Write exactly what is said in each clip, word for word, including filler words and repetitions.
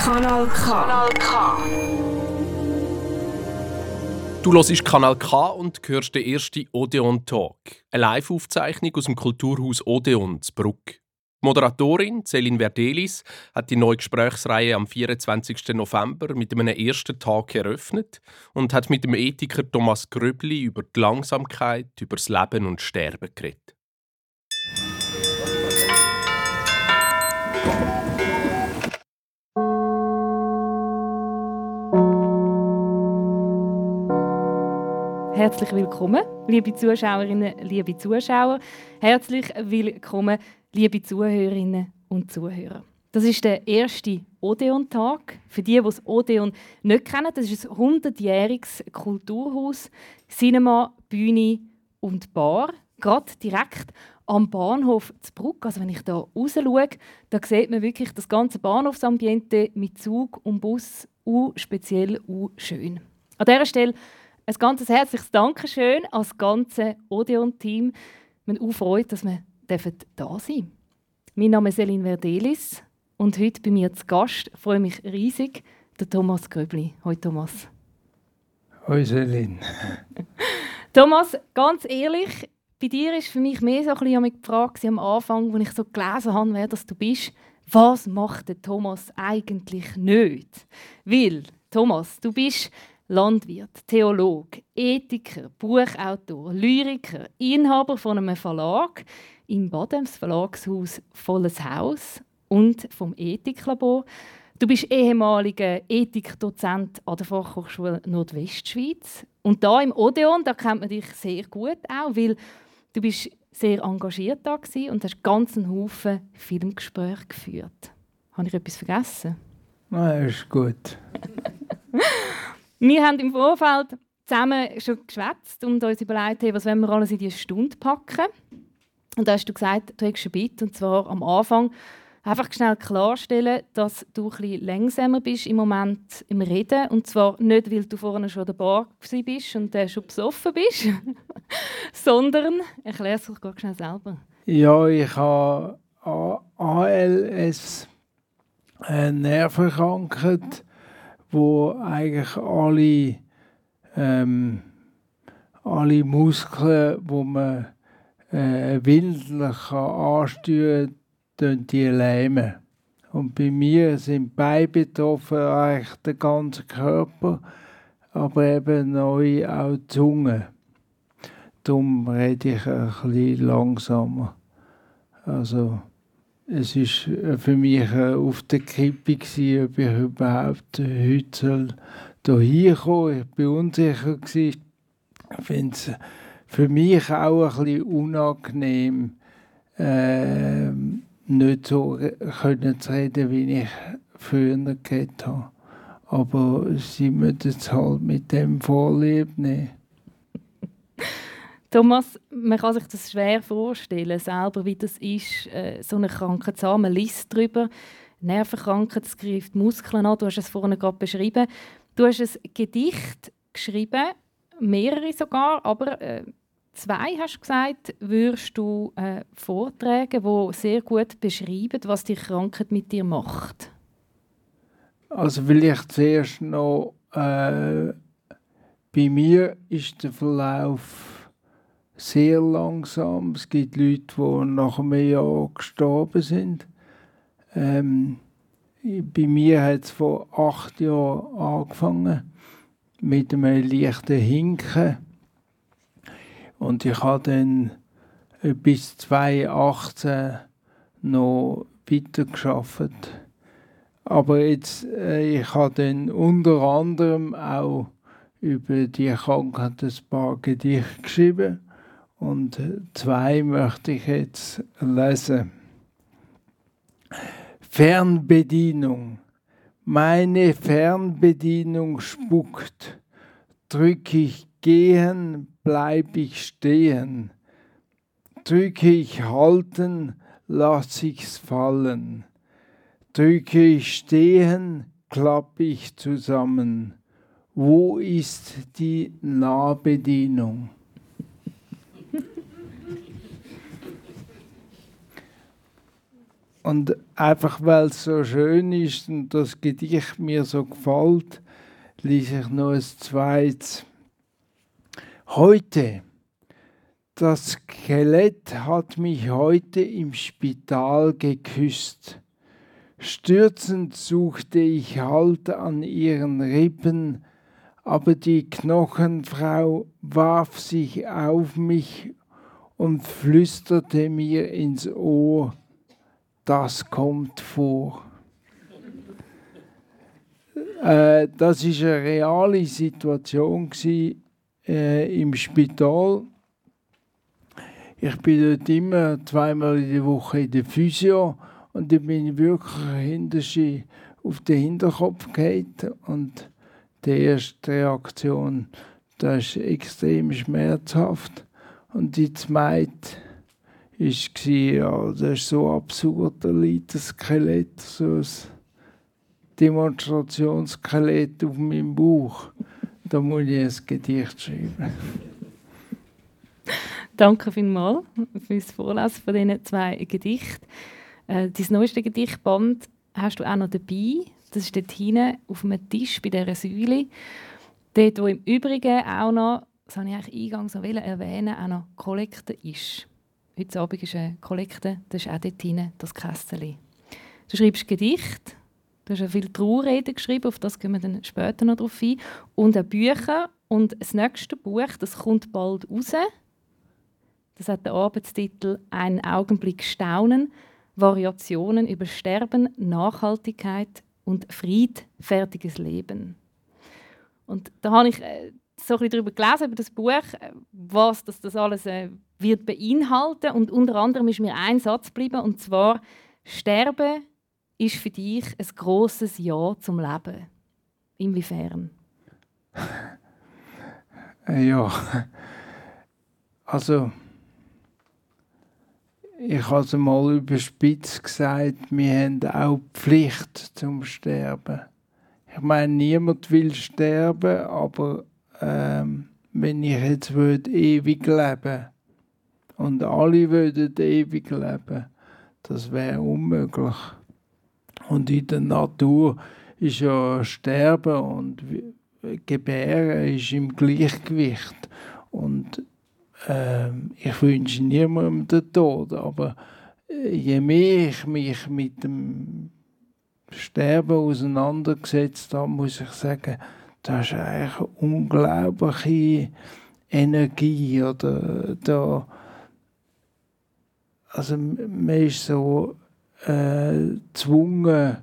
Kanal K. Kanal K. Du hörst Kanal K und hörst den ersten Odeon Talk, eine Live-Aufzeichnung aus dem Kulturhaus Odeon in Brugg. Die Moderatorin Céline Verdelis hat die neue Gesprächsreihe am vierundzwanzigsten November mit einem ersten Tag eröffnet und hat mit dem Ethiker Thomas Gröbli über die Langsamkeit, über das Leben und Sterben geredet. Herzlich willkommen, liebe Zuschauerinnen, liebe Zuschauer. Herzlich willkommen, liebe Zuhörerinnen und Zuhörer. Das ist der erste Odeon-Tag. Für die, die das Odeon nicht kennen, das ist ein hundertjähriges Kulturhaus, Cinema, Bühne und Bar, gerade direkt am Bahnhof zu Brugg. Also wenn ich hier raus schaue, da sieht man wirklich das ganze Bahnhofsambiente mit Zug und Bus, uh, speziell uh, schön. An dieser Stelle ein ganz herzliches Dankeschön an das ganze Odeon-Team. Wir sind sehr freut, dass wir da sein dürfen. Mein Name ist Céline Verdelis und heute bei mir zu Gast, freue mich riesig, der Thomas Gröbli. Hoi Thomas. Hoi Céline. Thomas, ganz ehrlich, bei dir war für mich mehr so ein bisschen die Frage am Anfang, als ich so gelesen habe, wer das du bist. Was macht der Thomas eigentlich nicht? Weil, Thomas, du bist Landwirt, Theologe, Ethiker, Buchautor, Lyriker, Inhaber von einem Verlag in Baden, das Verlagshaus Volles Haus und vom Ethiklabor. Du bist ehemaliger Ethikdozent an der Fachhochschule Nordwestschweiz. Und da im Odeon, da kennt man dich sehr gut auch, weil du bist sehr engagiert da warst und hast ganz einen Haufen Filmgespräche geführt. Habe ich etwas vergessen? Nein, ist gut. Wir haben im Vorfeld zusammen schon geschwätzt und uns überlegt, hey, was wollen wir alles in diese Stunde packen. Und da hast du gesagt, du hättest ein Bitte, und zwar am Anfang einfach schnell klarstellen, dass du ein bisschen langsamer bist im Moment im Reden. Und zwar nicht, weil du vorhin schon an der Bar bist und äh, schon besoffen bist, sondern, erklär es doch ganz schnell selber. Ja, ich habe A L S, eine Nervenkrankheit, wo eigentlich alle, ähm, alle Muskeln, wo man äh, willentlich ansteuern kann, die lähmen. Und bei mir sind Beine betroffen, eigentlich der ganze Körper, aber eben neu auch die Zunge. Darum rede ich ein bisschen langsamer. Also, es war für mich auf der Kippe, ob ich überhaupt heute hierher kommen soll. Ich war unsicher. Ich finde es für mich auch ein bisschen unangenehm, äh, nicht so können zu reden, wie ich früher geredet habe. Aber sie müssen es halt mit dem Vorlieb nehmen. Thomas, man kann sich das schwer vorstellen, selber, wie das ist, so eine Krankheit zu haben. Man liest darüber. Nervenkrankheit, das greift Muskeln an. Du hast es vorhin gerade beschrieben. Du hast ein Gedicht geschrieben, mehrere sogar, aber äh, zwei, hast du gesagt, würdest du äh, vortragen, die sehr gut beschreiben, was die Krankheit mit dir macht. Also vielleicht zuerst noch, äh, bei mir ist der Verlauf sehr langsam. Es gibt Leute, die nach einem Jahr gestorben sind. Ähm, bei mir hat es vor acht Jahren angefangen mit einem leichten Hinken. Und ich habe dann bis zweitausendachtzehn noch weiter gearbeitet. Aber jetzt, äh, ich habe dann unter anderem auch über die Krankheit ein paar Gedichte geschrieben. Und zwei möchte ich jetzt lesen. Fernbedienung. Meine Fernbedienung spuckt. Drücke ich gehen, bleib ich stehen. Drücke ich halten, lass ich's fallen. Drücke ich stehen, klapp ich zusammen. Wo ist die Nahbedienung? Und einfach weil es so schön ist und das Gedicht mir so gefällt, lese ich noch ein zweites. Heute. Das Skelett hat mich heute im Spital geküsst. Stürzend suchte ich Halt an ihren Rippen, aber die Knochenfrau warf sich auf mich und flüsterte mir ins Ohr, das kommt vor. äh, das war eine reale Situation gewesen, äh, im Spital. Ich bin dort immer zweimal in der Woche in der Physio und da bin ich wirklich hinterher auf den Hinterkopf gefallen. Und die erste Reaktion, das ist extrem schmerzhaft. Und die zweite war, ja, das ist so absurd, da liegt ein Skelett, so ein Demonstrationsskelett auf meinem Bauch. Da muss ich ein Gedicht schreiben. Danke vielmals für das Vorlesen von diesen zwei Gedichten. Äh, dein neueste Gedichtband hast du auch noch dabei. Das ist dort hinten auf einem Tisch bei dieser Säule. Dort, wo im Übrigen auch noch, das habe ich eigentlich eingangs noch erwähnen, auch noch Kollekte ist. Heute Abend ist eine Kollekte, das ist auch dort hinten, das Kästchen. Du schreibst Gedichte, du hast ja viele Traureden geschrieben, auf das gehen wir dann später noch drauf ein, und auch Bücher. Und das nächste Buch, das kommt bald raus. Das hat den Arbeitstitel «Einen Augenblick staunen. Variationen über Sterben, Nachhaltigkeit und friedfertiges Leben». Und da habe ich äh, so ein bisschen darüber gelesen, über das Buch, äh, was das, das alles äh, wird beinhalten. Und unter anderem ist mir ein Satz geblieben, und zwar «Sterben ist für dich ein grosses Ja zum Leben». Inwiefern? Ja, also ich habe es mal überspitzt gesagt, wir haben auch die Pflicht zum Sterben. Ich meine, niemand will sterben, aber ähm, wenn ich jetzt würde, ewig leben und alle würden ewig leben, das wäre unmöglich. Und in der Natur ist ja Sterben und Gebären ist im Gleichgewicht. Und ähm, ich wünsche niemandem den Tod, aber je mehr ich mich mit dem Sterben auseinandergesetzt habe, muss ich sagen, das ist eigentlich eine unglaubliche Energie. Oder da, also man ist so äh, gezwungen,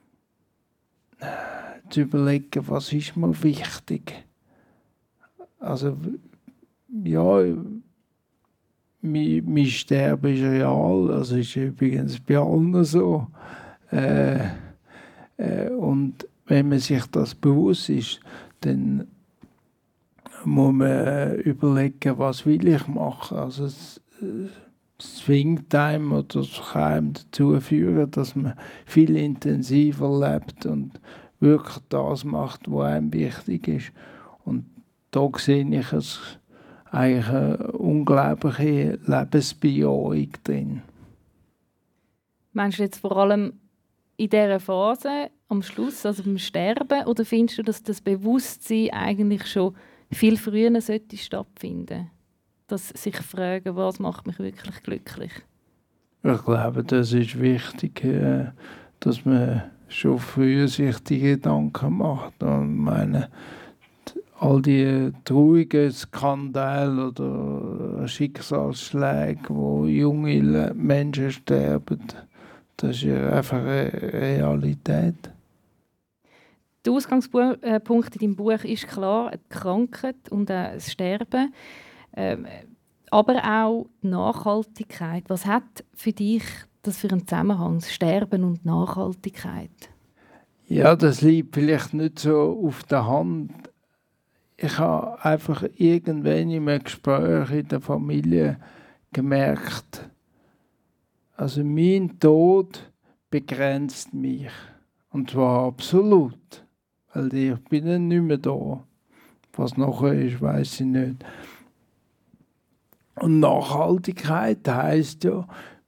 zu überlegen, was ist mir wichtig. Also ja, mein, mein Sterben ist real, also ist übrigens bei allen so. Äh, äh, und wenn man sich das bewusst ist, dann muss man überlegen, was will ich machen. Also es, es zwingt einem oder es kann einem dazu führen, dass man viel intensiver lebt und wirklich das macht, was einem wichtig ist. Und da sehe ich es eigentlich eine unglaubliche Lebensbejahung drin. Meinst du jetzt vor allem in dieser Phase, am Schluss, also beim Sterben, oder findest du, dass das Bewusstsein eigentlich schon viel früher sollte stattfinden? Dass sich fragen, was macht mich wirklich glücklich? Ich glaube, das ist wichtig, dass man schon früher sich die Gedanken macht. Und meine, all die traurigen Skandale oder Schicksalsschläge, wo junge Menschen sterben, das ist ja einfach eine Realität. Der Ausgangspunkt in deinem Buch ist klar, die Krankheit und das Sterben, ähm, aber auch die Nachhaltigkeit. Was hat für dich das für einen Zusammenhang, das Sterben und Nachhaltigkeit? Ja, das liegt vielleicht nicht so auf der Hand. Ich habe einfach irgendwann in einem Gespräch in der Familie gemerkt, also mein Tod begrenzt mich. Und zwar absolut. Weil ich bin dann nicht mehr da. Was nachher ist, weiß ich nicht. Und Nachhaltigkeit heisst ja,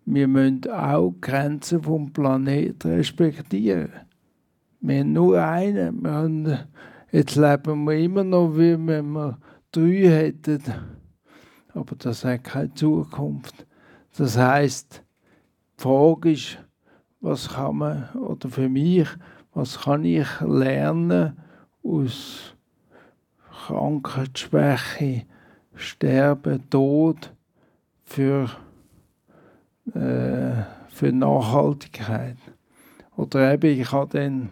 wir müssen auch die Grenzen vom Planeten respektieren. Wir haben nur einen. Wir haben, jetzt leben wir immer noch, wie wenn wir drei hätten. Aber das hat keine Zukunft. Das heisst, die Frage ist, was kann man, oder für mich, was kann ich lernen aus Krankheit, Schwäche, Sterben, Tod für, äh, für Nachhaltigkeit. Oder eben, ich habe dann,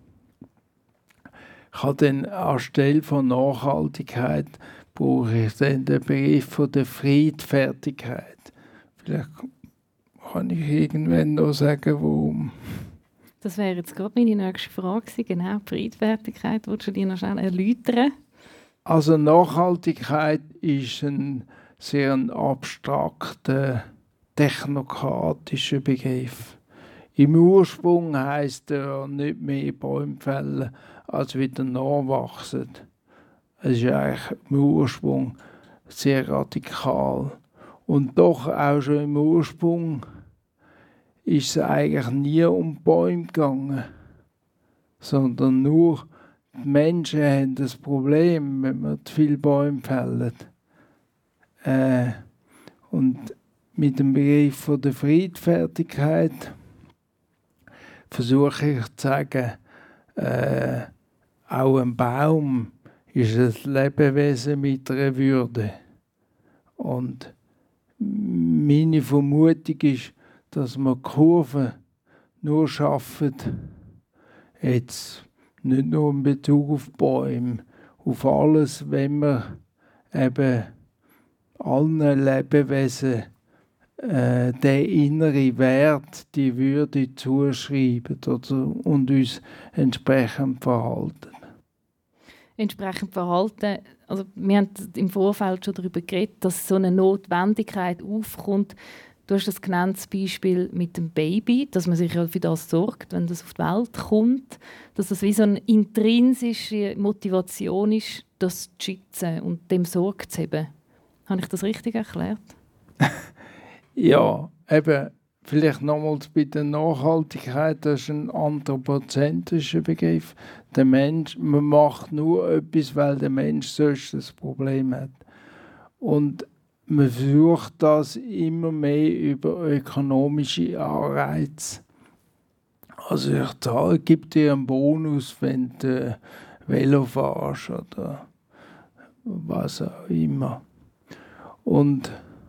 ich habe dann anstelle von Nachhaltigkeit brauche ich dann den Begriff von der Friedfertigkeit. Vielleicht kann ich irgendwann noch sagen, warum. Das wäre jetzt gerade meine nächste Frage gewesen. Genau, die Friedfertigkeit. Wolltest du dir noch schnell erläutern? Also Nachhaltigkeit ist ein sehr ein abstrakter, technokratischer Begriff. Im Ursprung heisst er nicht mehr Bäume fällen, als wieder nachwachsen. Es ist eigentlich im Ursprung sehr radikal. Und doch auch schon im Ursprung ist es eigentlich nie um Bäume gegangen, sondern nur die Menschen haben das Problem, wenn man zu viele Bäume fällen. Äh, und mit dem Begriff von der Friedfertigkeit versuche ich zu sagen, äh, auch ein Baum ist ein Lebewesen mit einer Würde. Und meine Vermutung ist, dass wir Kurven nur schaffen, jetzt nicht nur in Bezug auf Bäume, auf alles, wenn wir eben allen Lebewesen äh, den inneren Wert, die Würde zuschreiben oder, und uns entsprechend verhalten. Entsprechend verhalten, also wir haben im Vorfeld schon darüber geredet, dass so eine Notwendigkeit aufkommt. Du hast das genannt, das Beispiel mit dem Baby, dass man sich ja für das sorgt, wenn das auf die Welt kommt, dass das wie so eine intrinsische Motivation ist, das zu schützen und dem Sorge zu haben. Habe ich das richtig erklärt? Ja, eben, vielleicht nochmals bei der Nachhaltigkeit, das ist ein anthropozentrischer Begriff. Der Mensch, man macht nur etwas, weil der Mensch sonst das Problem hat. Und man versucht das immer mehr über ökonomische Anreize. Also ich zahle, gebe dir einen Bonus, wenn du Velo fährst oder was auch immer. Und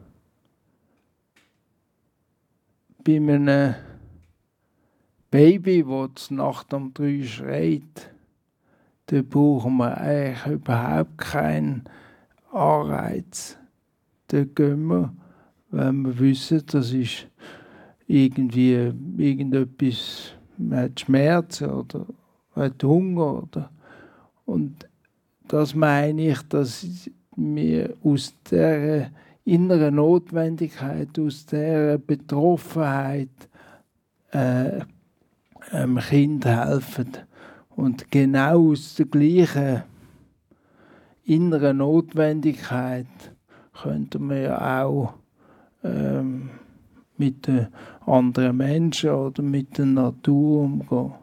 bei einem Baby, das Nacht um drei schreit, da brauchen wir eigentlich überhaupt keinen Anreiz. Da gehen wir, wenn wir wissen, das ist irgendwie irgendetwas, man hat Schmerzen oder hat Hunger. Oder. Und das meine ich, dass wir aus dieser inneren Notwendigkeit, aus dieser Betroffenheit äh, einem Kind helfen. Und genau aus der gleichen inneren Notwendigkeit könnten wir ja auch ähm, mit den anderen Menschen oder mit der Natur umgehen.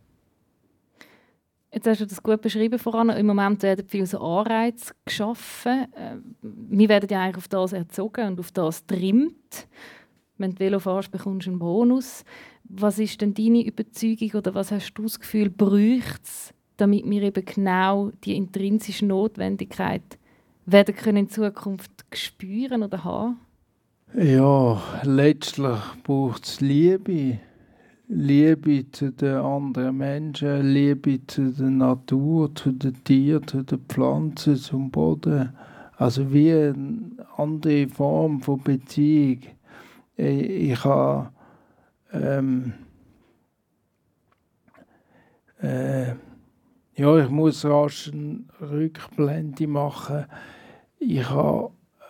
Jetzt hast du das gut beschrieben voran. Im Moment werden viele so Anreize geschaffen. Wir werden ja eigentlich auf das erzogen und auf das trimmt. Wenn du Velo fährst, bekommst du einen Bonus. Was ist denn deine Überzeugung oder was hast du das Gefühl, bräuchte es, damit wir eben genau die intrinsische Notwendigkeit werden können in Zukunft spüren oder haben? Ja, letztlich braucht es Liebe. Liebe zu den anderen Menschen, Liebe zu der Natur, zu den Tieren, zu den Pflanzen, zum Boden. Also wie eine andere Form von Beziehung. Ich, ich habe ähm, äh, ja, ich muss rasch eine Rückblende machen. Ich habe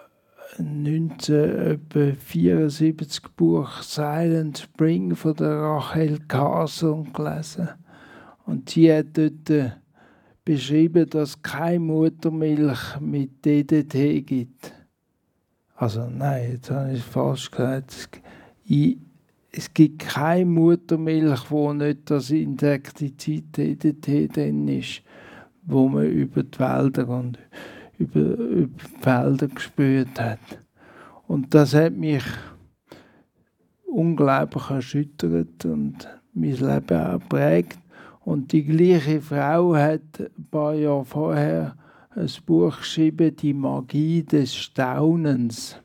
neunzehnhundertvierundsiebzig Buch Silent Spring von der Rachel Carson gelesen. Und sie hat dort äh, beschrieben, dass es keine Muttermilch mit D D T gibt. Also nein, jetzt habe ich falsch gesagt. ich, es gibt keine Muttermilch, wo nicht das Insektizid T D T drin ist, wo man über die Wälder und über, über die Felder gespürt hat. Und das hat mich unglaublich erschüttert und mein Leben auch geprägt. Und die gleiche Frau hat ein paar Jahre vorher ein Buch geschrieben, «Die Magie des Staunens».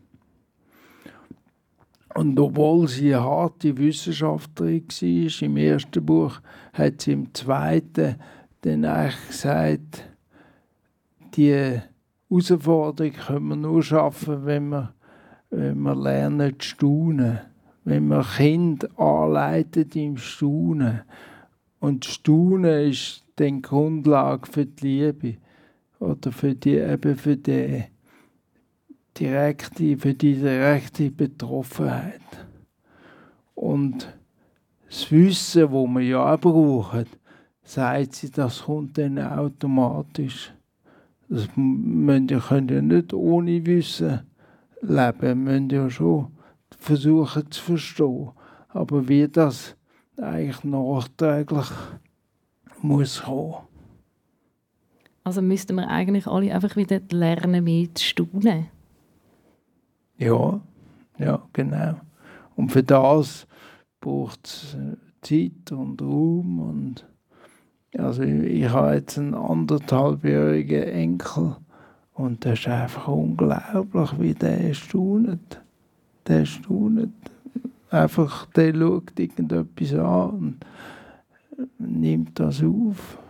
Und obwohl sie eine harte Wissenschaftlerin war, im ersten Buch, hat sie im zweiten dann eigentlich gesagt, die Herausforderung können wir nur schaffen, wenn wir, wenn wir lernen zu staunen. Wenn wir Kinder anleiten im Staunen. Und Staunen ist dann die Grundlage für die Liebe. Oder für die, eben für die direkte, für die direkte Betroffenheit. Und das Wissen, das wir ja auch brauchen, sagt sie, das kommt dann automatisch. Das müssen ja, können ja nicht ohne Wissen leben, wir müssen ja schon versuchen zu verstehen. Aber wie das eigentlich nachträglich muss kommen. Also müssten wir eigentlich alle einfach wieder lernen, mehr zu staunen. Ja, ja, genau. Und für das braucht es Zeit und Raum. Und also ich, ich habe jetzt einen anderthalbjährigen Enkel und das ist einfach unglaublich, wie der staunet. Der staunet. Einfach, der schaut irgendetwas an und nimmt das auf.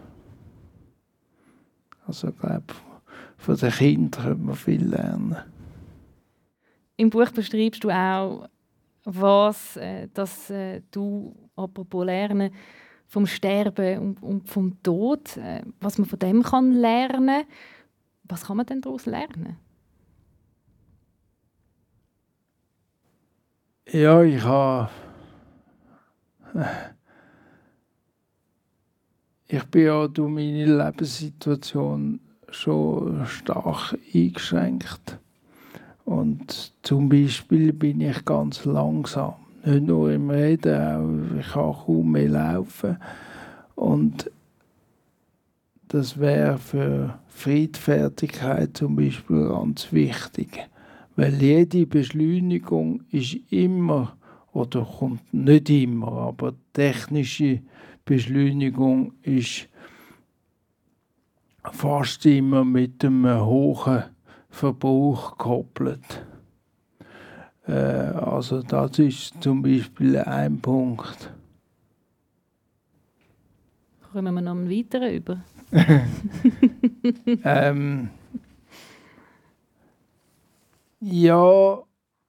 Also ich glaube, von den Kindern können wir viel lernen. Im Buch beschreibst du auch, was äh, dass, äh, du, apropos Lernen, vom Sterben und, und vom Tod, äh, was man von dem kann lernen. Was kann man denn daraus lernen? Ja, ich habe... Ich bin ja durch meine Lebenssituation schon stark eingeschränkt. Und zum Beispiel bin ich ganz langsam. Nicht nur im Reden, auch ich kann kaum mehr laufen. Und das wäre für Friedfertigkeit zum Beispiel ganz wichtig. Weil jede Beschleunigung ist immer, oder kommt nicht immer, aber technische Beschleunigung ist fast immer mit einem hohen Verbrauch gekoppelt. Äh, also das ist zum Beispiel ein Punkt. Kommen wir noch einen weiteren über? ähm, ja,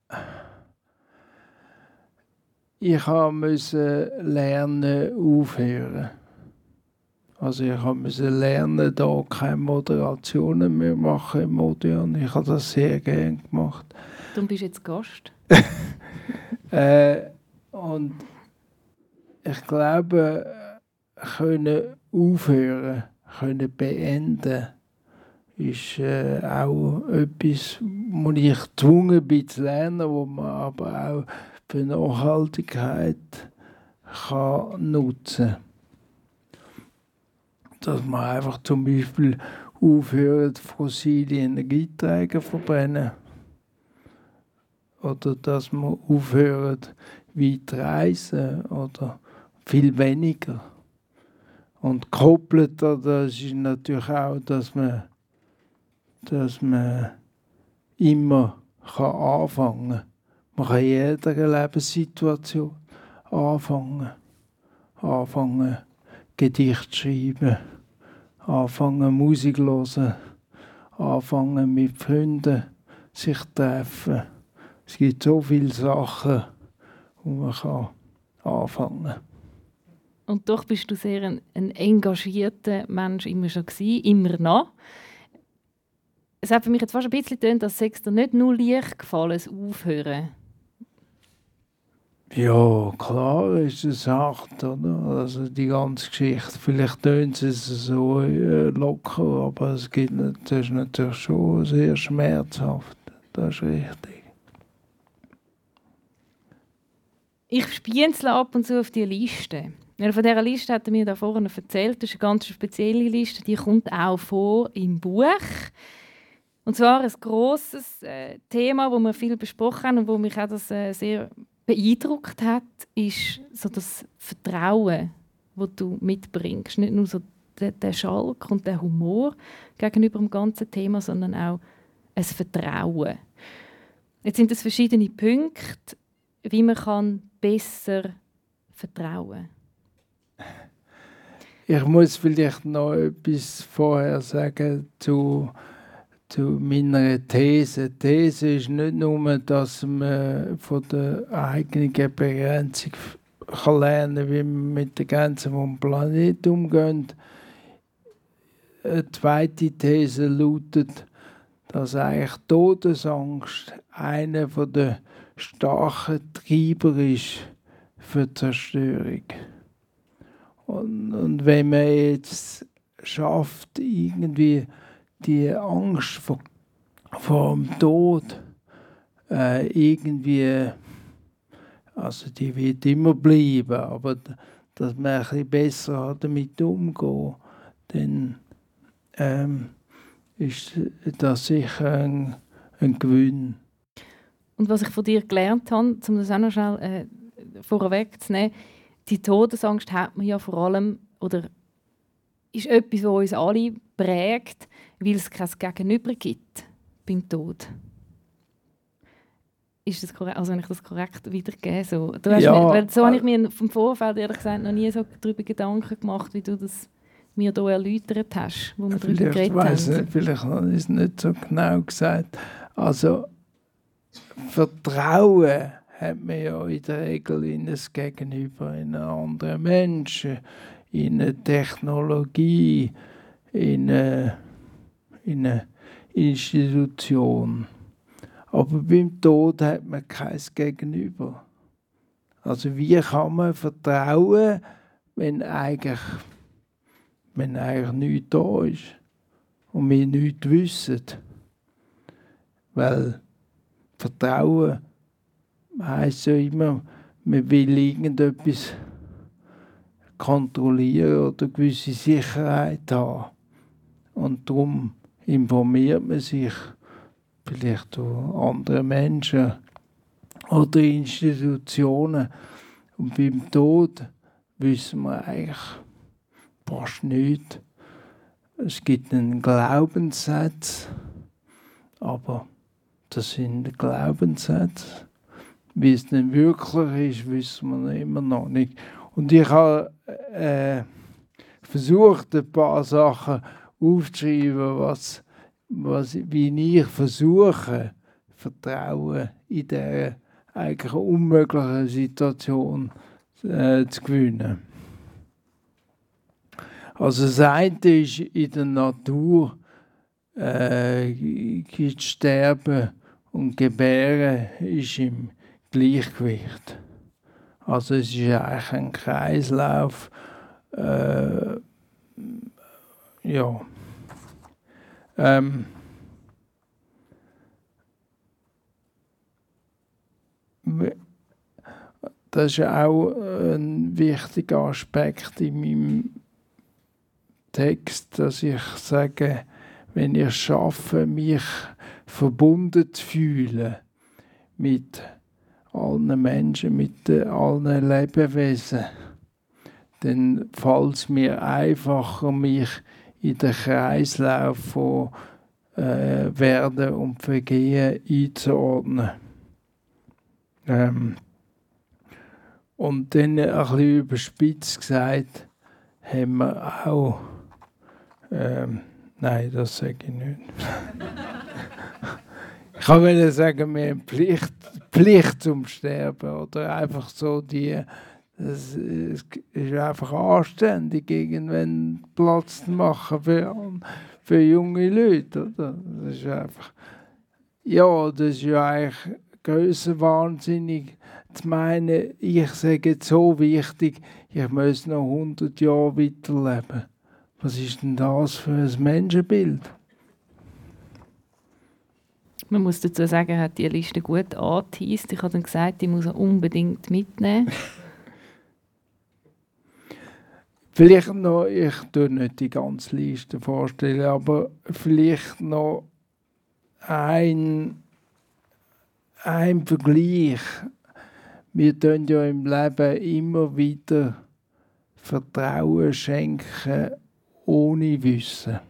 ich musste lernen aufhören. Also ich musste lernen, da keine Moderationen mehr machen im Odeon. Ich habe das sehr gerne gemacht. Du bist jetzt Gast. äh, und ich glaube, können aufhören, können beenden, ist äh, auch etwas, wo ich gezwungen bin zu lernen, wo man aber auch für Nachhaltigkeit kann nutzen kann. Dass man einfach zum Beispiel aufhört, fossile Energieträger zu verbrennen. Oder dass man aufhört, weit zu reisen oder viel weniger. Und gekoppelt an das ist natürlich auch, dass man, dass man immer kann anfangen kann. Man kann in jeder Lebenssituation anfangen. Anfangen, Gedicht schreiben, anfangen, Musik hören, anfangen, mit Freunden sich treffen. Es gibt so viele Sachen, wo man kann anfangen kann. Und doch bist du sehr ein, ein engagierter Mensch immer schon gewesen, immer noch. Es hat für mich jetzt fast ein bisschen getönt, dass es dir nicht nur leicht gefallen ist, aufhören. Ja, klar ist es hart, oder? Also die ganze Geschichte. Vielleicht tönt es so äh, locker, aber es gibt, das ist natürlich schon sehr schmerzhaft. Das ist richtig. Ich spienzle ab und zu auf diese Liste. Ja, von dieser Liste hat er mir da vorne erzählt. Das ist eine ganz spezielle Liste, die kommt auch vor im Buch. Und zwar ein grosses äh, Thema, das wir viel besprochen haben und wo mich auch das äh, sehr beeindruckt hat, ist so das Vertrauen, das du mitbringst. Nicht nur so der, der Schalk und der Humor gegenüber dem ganzen Thema, sondern auch ein Vertrauen. Jetzt sind es verschiedene Punkte, wie man kann besser vertrauen kann. Ich muss vielleicht noch etwas vorher sagen zu, zu meiner These. Die These ist nicht nur, dass man von der eigenen Begrenzung kann lernen, wie man mit den Grenzen vom Planeten umgeht. Eine zweite These lautet, dass eigentlich Todesangst einer der starken Treiber ist für die Zerstörung. Und, und wenn man jetzt schafft, irgendwie die Angst vor, vor dem Tod äh, irgendwie, also die wird immer bleiben, aber dass man ein bisschen besser damit umgehen, dann ähm, ist das sicher ein, ein Gewinn. Und was ich von dir gelernt habe, um das auch noch schnell äh, vorwegzunehmen, die Todesangst hat man ja vor allem, oder ist etwas, das uns alle prägt, weil es kein Gegenüber gibt beim Tod. Ist das korrekt? Also, wenn ich das korrekt wiedergebe? So, du hast Ja, mir, weil so habe ich mir vom Vorfeld ehrlich gesagt noch nie so darüber Gedanken gemacht, wie du das mir hier erläutert hast, wo wir darüber geredet weiss haben. Nicht, vielleicht habe ich es nicht so genau gesagt. Also, Vertrauen hat man ja in der Regel in ein Gegenüber, in einen anderen Menschen, in eine Technologie, in eine, in eine Institution. Aber beim Tod hat man kein Gegenüber. Also wie kann man vertrauen, wenn eigentlich, wenn eigentlich nichts da ist und wir nichts wissen? Weil Vertrauen heisst ja immer, man will irgendetwas kontrollieren oder eine gewisse Sicherheit haben. Und darum informiert man sich vielleicht durch andere Menschen oder Institutionen. Und beim Tod wissen wir eigentlich fast nichts. Es gibt einen Glaubenssatz, aber das sind Glaubenssätze. Wie es denn wirklich ist, wissen wir immer noch nicht. Und ich habe äh, versucht, ein paar Sachen aufzuschreiben, was, was, wie ich versuche, Vertrauen in dieser eigentlich unmöglichen Situation äh, zu gewinnen. Also das eine ist in der Natur, äh, gibt Sterben und Gebären ist im Gleichgewicht. Also es ist eigentlich ein Kreislauf. Äh, ja. Ähm, das ist auch ein wichtiger Aspekt in meinem Text, dass ich sage, wenn ich schaffe, mich verbunden zu fühlen mit allen Menschen, mit allen Lebewesen, dann fällt es mir einfacher, mich in den Kreislauf von äh, Werden und Vergehen einzuordnen. Ähm, und dann ein bisschen überspitzt gesagt, haben wir auch, ähm, nein, das sage ich nicht. Ich kann sagen, wir haben Pflicht, Pflicht zum Sterben oder einfach so die, das ist einfach anständig, irgendwann Platz zu machen für, für junge Leute, oder? Das ist einfach, ja, das ist ja eigentlich grössenwahnsinnig zu meinen, ich sage jetzt so wichtig, ich muss noch hundert Jahre weiterleben. Was ist denn das für ein Menschenbild? Man muss dazu sagen, er hat die Liste gut angeteased. Ich habe dann gesagt, ich muss sie unbedingt mitnehmen. Vielleicht noch, ich tue nicht die ganze Liste vorstellen, aber vielleicht noch ein, ein Vergleich. Wir tun ja im Leben immer wieder Vertrauen schenken ohne Wissen.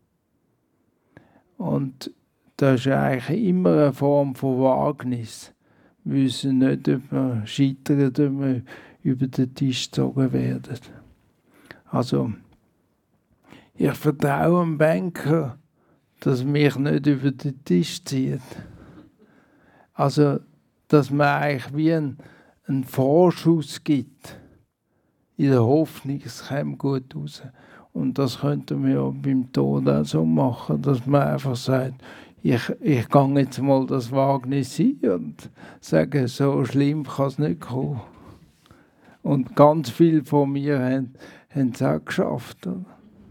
Und das ist eigentlich immer eine Form von Wagnis. Wir wissen nicht, ob wir scheitern, ob wir über den Tisch gezogen werden. Also, ich vertraue einem Banker, dass er mich nicht über den Tisch zieht. Also, dass man eigentlich wie einen, einen Vorschuss gibt, in der Hoffnung, es käme gut raus. Und das könnten wir ja beim Tod auch so machen, dass man einfach sagt, ich, ich gehe jetzt mal das Wagnis ein und sage, so schlimm kann es nicht kommen. Und ganz viele von mir haben, haben es auch geschafft. Oder?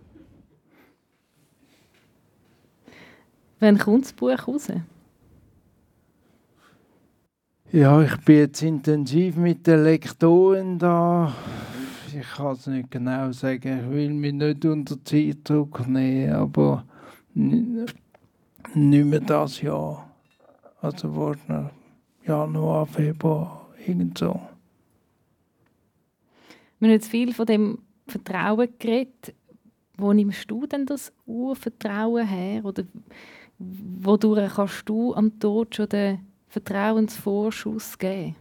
Wann kommt das Buch raus? Ja, ich bin jetzt intensiv mit den Lektoren da. Ich kann es nicht genau sagen, ich will mich nicht unter Zeitdruck nehmen, aber nicht mehr das Jahr. Also wahrscheinlich Januar, Februar, irgend so. Wir haben jetzt viel von dem Vertrauen geredet. Wo nimmst du denn das Urvertrauen her? Oder wodurch kannst du am Tod schon den Vertrauensvorschuss geben?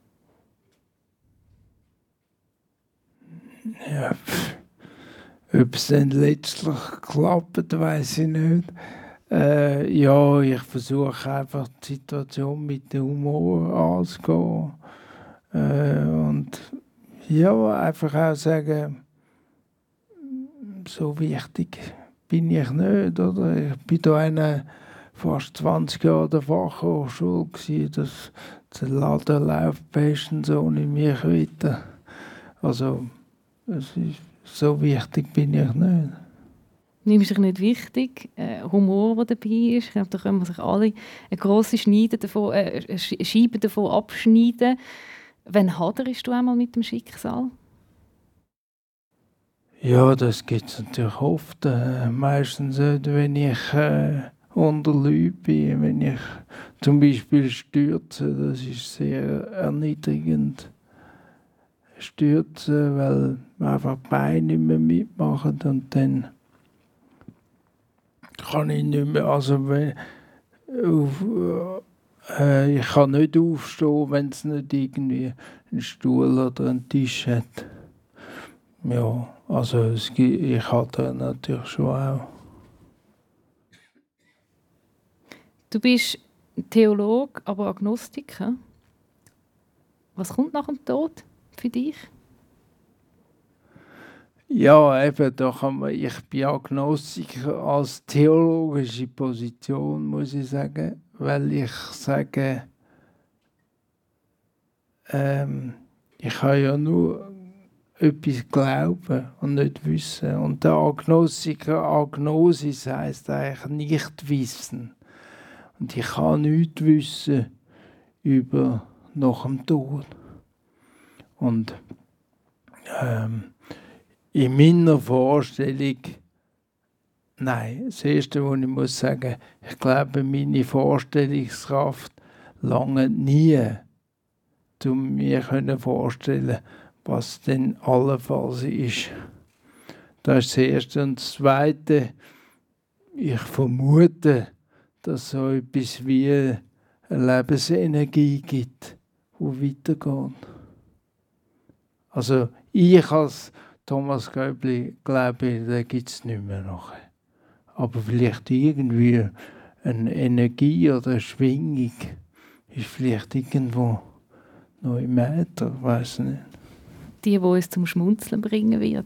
Ja, ob es dann letztlich klappt, weiß ich nicht. Äh, ja, ich versuche einfach die Situation mit dem Humor anzugehen. Äh, und ja, einfach auch sagen, so wichtig bin ich nicht. Oder? Ich bin da eine, fast zwanzig Jahre an der Fachhochschule gewesen. Das, der Laden läuft bestens ohne mich weiter. Also, es ist, so wichtig bin ich nicht. Nimmst du dich nicht wichtig? Äh, Humor, der dabei ist. Ich glaube, da können sich alle eine grosse Schneide davon, äh, eine Scheibe davon abschneiden. Wann haderst du einmal mit dem Schicksal? Ja, das gibt es natürlich oft. Äh, meistens nicht, wenn ich äh, unter Leuten bin. Wenn ich zum Beispiel stürze, das ist sehr erniedrigend. Stürzen, weil man einfach die Beine nicht mehr mitmachen und dann kann ich nicht mehr, also wenn, auf, äh, ich kann nicht aufstehen, wenn es nicht irgendwie einen Stuhl oder einen Tisch hat. Ja, also es gibt, ich hatte natürlich schon auch. Du bist Theologe, aber Agnostiker. Was kommt nach dem Tod für dich? Ja, eben, da kann man, ich bin Agnostiker als theologische Position, muss ich sagen, weil ich sage, ähm, ich kann ja nur etwas glauben und nicht wissen. Und der Agnostiker, Agnosis heisst eigentlich nicht wissen. Und ich kann nichts wissen über nach dem Tod. Und ähm, in meiner Vorstellung, nein, das Erste, was ich muss sagen, ich glaube, meine Vorstellungskraft lange nie, um mir vorstellen, was denn allenfalls ist. Das ist das Erste. Und das Zweite, ich vermute, dass es so etwas wie eine Lebensenergie gibt, die weitergeht. Also ich als Thomas Göbli glaube, da gibt es nicht mehr nachher. Aber vielleicht irgendwie eine Energie oder eine Schwingung ist vielleicht irgendwo noch im Äther, ich weiss nicht. Die, die uns zum Schmunzeln bringen wird.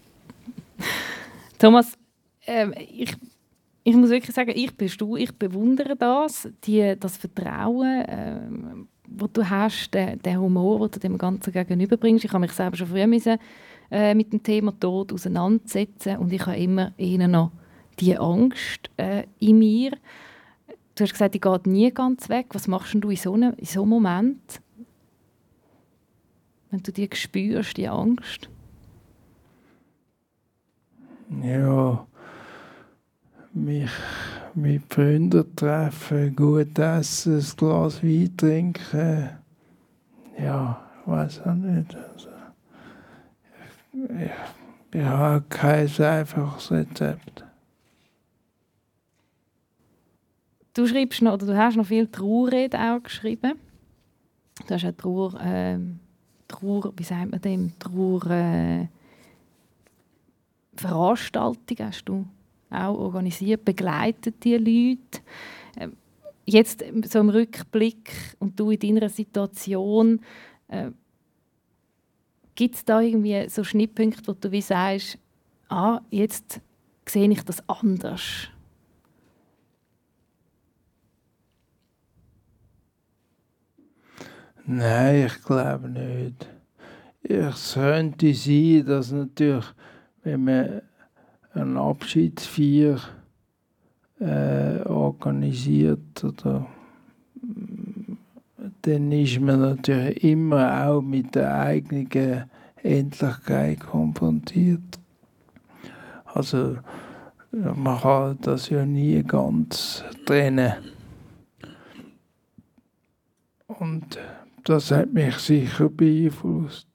Thomas, äh, ich, ich muss wirklich sagen, ich, ich bewundere das, die, das Vertrauen, äh, das du hast, den, den Humor, den du dem Ganzen gegenüberbringst. Ich habe mich selber schon früher müssen, äh, mit dem Thema Tod auseinandersetzen und ich habe immer eher noch die Angst äh, in mir. du hast gesagt, die geht nie ganz weg. Was machst du in so einem, in so einem Moment, wenn du die spürst, die Angst? Ja, mich mit Freunden treffen, gut essen, ein Glas Wein trinken. Ja, ich weiß auch nicht. Also, ich, ich habe kein einfaches Rezept. Du schreibst noch, oder du hast noch viel Trauerreden auch geschrieben. Du hast auch Trauer, äh, Trauer, wie sagt man dem, Trauer, äh, Veranstaltungen hast du auch organisiert, begleitet die Leute. Äh, jetzt so im Rückblick und du in deiner Situation, äh, gibt es da irgendwie so Schnittpunkte, wo du wie sagst, ah, jetzt sehe ich das anders? Nein, ich glaube nicht. Es könnte sein, dass natürlich, wenn man eine Abschiedsfeier äh, organisiert, oder, dann ist man natürlich immer auch mit der eigenen Endlichkeit konfrontiert. Also man kann das ja nie ganz trennen. Und das hat mich sicher beeinflusst.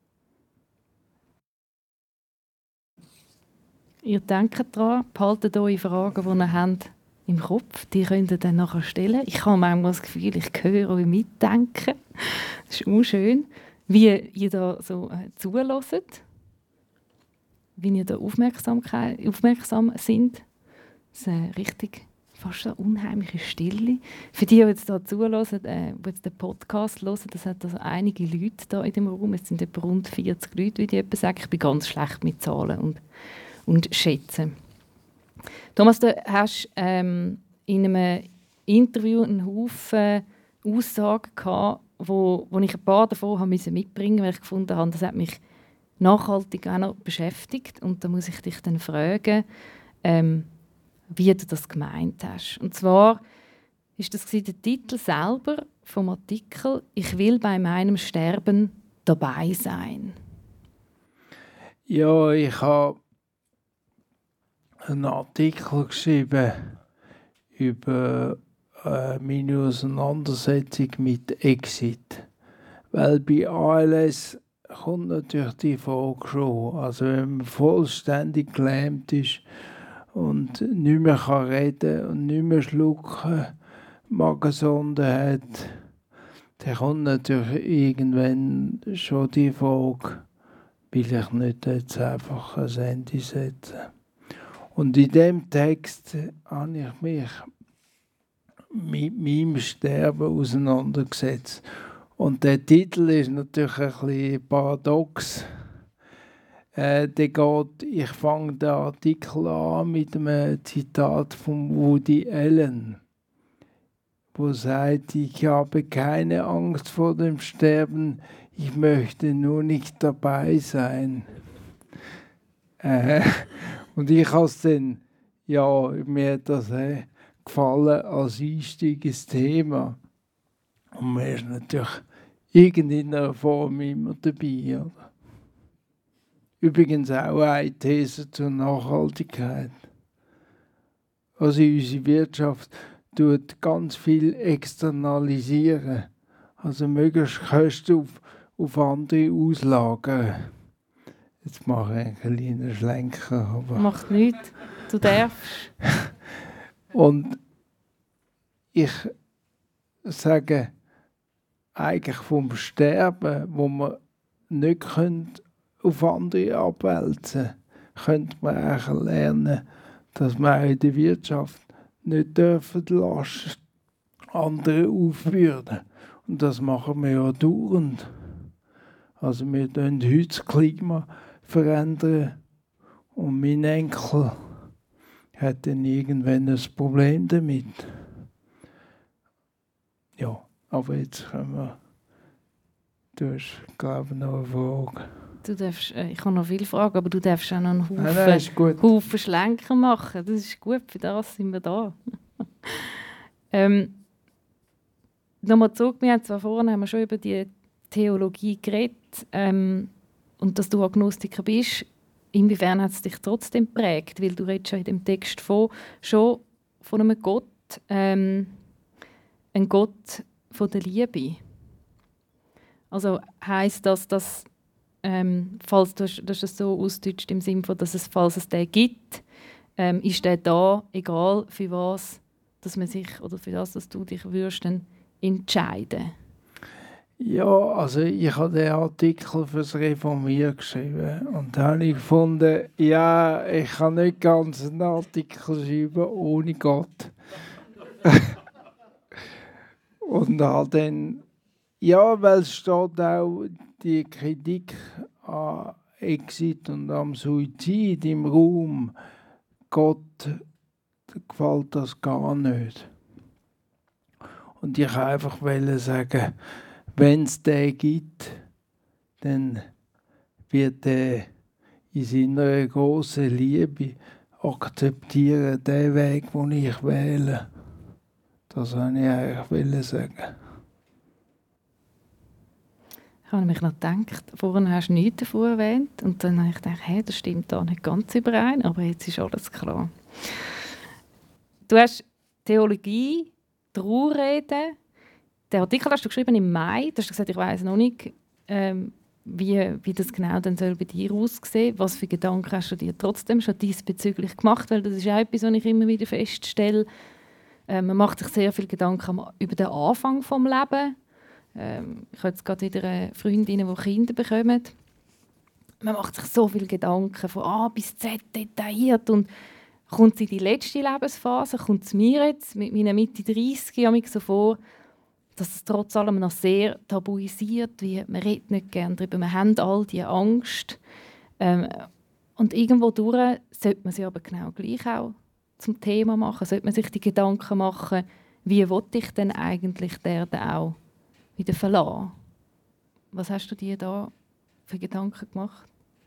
Ihr denkt daran, behaltet eure Fragen, die ihr habt, im Kopf. Die könnt ihr dann nachher stellen. Ich habe manchmal das Gefühl, ich höre euch mitdenken. Das ist auch schön, wie ihr da so äh, zuhört, wie ihr da Aufmerksamkeit, aufmerksam sind. Das ist äh, richtig fast eine unheimliche Stille. Für die, die jetzt hier zuhören, äh, die jetzt den Podcast hören, das hat also einige Leute da in dem Raum. Es sind etwa rund vierzig Leute, wie die etwa sagen. Ich bin ganz schlecht mit Zahlen und, und Schätzen. Thomas, du hast ähm, in einem Interview einen Haufen Aussagen gehabt, wo, wo ich ein paar davon habe mitbringen musste, weil ich gefunden habe, das hat mich nachhaltig auch noch beschäftigt. Und da muss ich dich dann fragen, ähm, wie du das gemeint hast. Und zwar ist das der Titel selber vom Artikel «Ich will bei meinem Sterben dabei sein». Ja, ich habe einen Artikel geschrieben über äh, meine Auseinandersetzung mit Exit. Weil bei A L S kommt natürlich die Frage schon. Also wenn man vollständig gelähmt ist und nicht mehr kann reden und nicht mehr schlucken, Magensonde hat, dann kommt natürlich irgendwann schon die Frage, will ich nicht jetzt einfach ein Ende setzen. Und in diesem Text habe ich mich mit meinem Sterben auseinandergesetzt. Und der Titel ist natürlich ein bisschen paradox. Äh, der geht, ich fange den Artikel an mit einem Zitat von Woody Allen, wo sagt, ich habe keine Angst vor dem Sterben, ich möchte nur nicht dabei sein. Äh, und ich habe es dann, ja, mir hat das äh, gefallen als Einstieg ins Thema. Und man ist natürlich irgendeiner Form immer dabei, oder? Übrigens auch eine These zur Nachhaltigkeit. Also unsere Wirtschaft tut ganz viel externalisieren. Also möglichst Kosten auf, auf andere auslagern. Jetzt mache ich einen kleinen Schlenker. Aber Macht nichts, du darfst. Und ich sage, eigentlich vom Sterben, wo man nicht auf andere abwälzen können, könnte man eigentlich lernen, dass man auch in der Wirtschaft nicht dürfen die Last andere aufbürden. Und das machen wir ja dauernd. Also wir verändern heute das Klima verändern und mein Enkel hat dann irgendwann ein Problem damit. Ja, aber jetzt können wir. Du hast, glaube ich, noch eine Frage. Du darfst, äh, ich habe noch viele Fragen, aber du darfst auch noch einen Haufen, Nein, nein, ist gut. Haufen Schlenker machen. Das ist gut, für das sind wir da. Ähm, Nochmal zurück, wir haben zwar vorhin haben wir schon über die Theologie geredet ähm, und dass du Agnostiker bist. Inwiefern hat es dich trotzdem geprägt? Weil du redest schon in dem Text von, schon von einem Gott, ähm, ein Gott von der Liebe. Also heisst das, dass ähm, falls du, du das so ausdrückst im Sinne von, dass es, falls es den gibt, ähm, ist der da, egal für was, dass man sich oder für das, dass du dich würdest, dann entscheiden. Ja, also ich habe den Artikel fürs Reformieren geschrieben und da habe ich gefunden, ja, ich kann nicht ganz einen Artikel schreiben ohne Gott. Und habe dann, ja, weil es steht auch die Kritik an Exit und am Suizid im Raum, Gott gefällt das gar nicht. Und ich wollte einfach sagen, wenn es den gibt, dann wird er in seiner grossen Liebe akzeptieren, den Weg, den ich wähle. Das wollte ich eigentlich sagen. Ich habe mich noch gedacht, vorhin hast du nichts davon erwähnt. Und dann habe ich gedacht, hey, das stimmt da nicht ganz überein, aber jetzt ist alles klar. Du hast Theologie, Trauerrede. Den Artikel hast du geschrieben im Mai. Du hast gesagt, ich weiss noch nicht, ähm, wie, wie das genau dann soll bei dir aussehen soll. Was für Gedanken hast du dir trotzdem schon diesbezüglich gemacht? Weil das ist auch etwas, was ich immer wieder feststelle. Ähm, man macht sich sehr viel Gedanken über den Anfang des Lebens. Ähm, ich habe jetzt gerade wieder eine Freundin, die Kinder bekommen. Man macht sich so viele Gedanken von A bis Z detailliert. Und kommt sie in die letzte Lebensphase, kommt es mir jetzt mit meiner Mitte dreißig so vor, dass es trotz allem noch sehr tabuisiert wird. Man redet nicht gerne darüber, wir haben all diese Angst. Ähm, und irgendwo durch sollte man sie aber genau gleich auch zum Thema machen. Sollte man sich die Gedanken machen, wie will ich denn eigentlich der auch wieder verlassen? Was hast du dir da für Gedanken gemacht?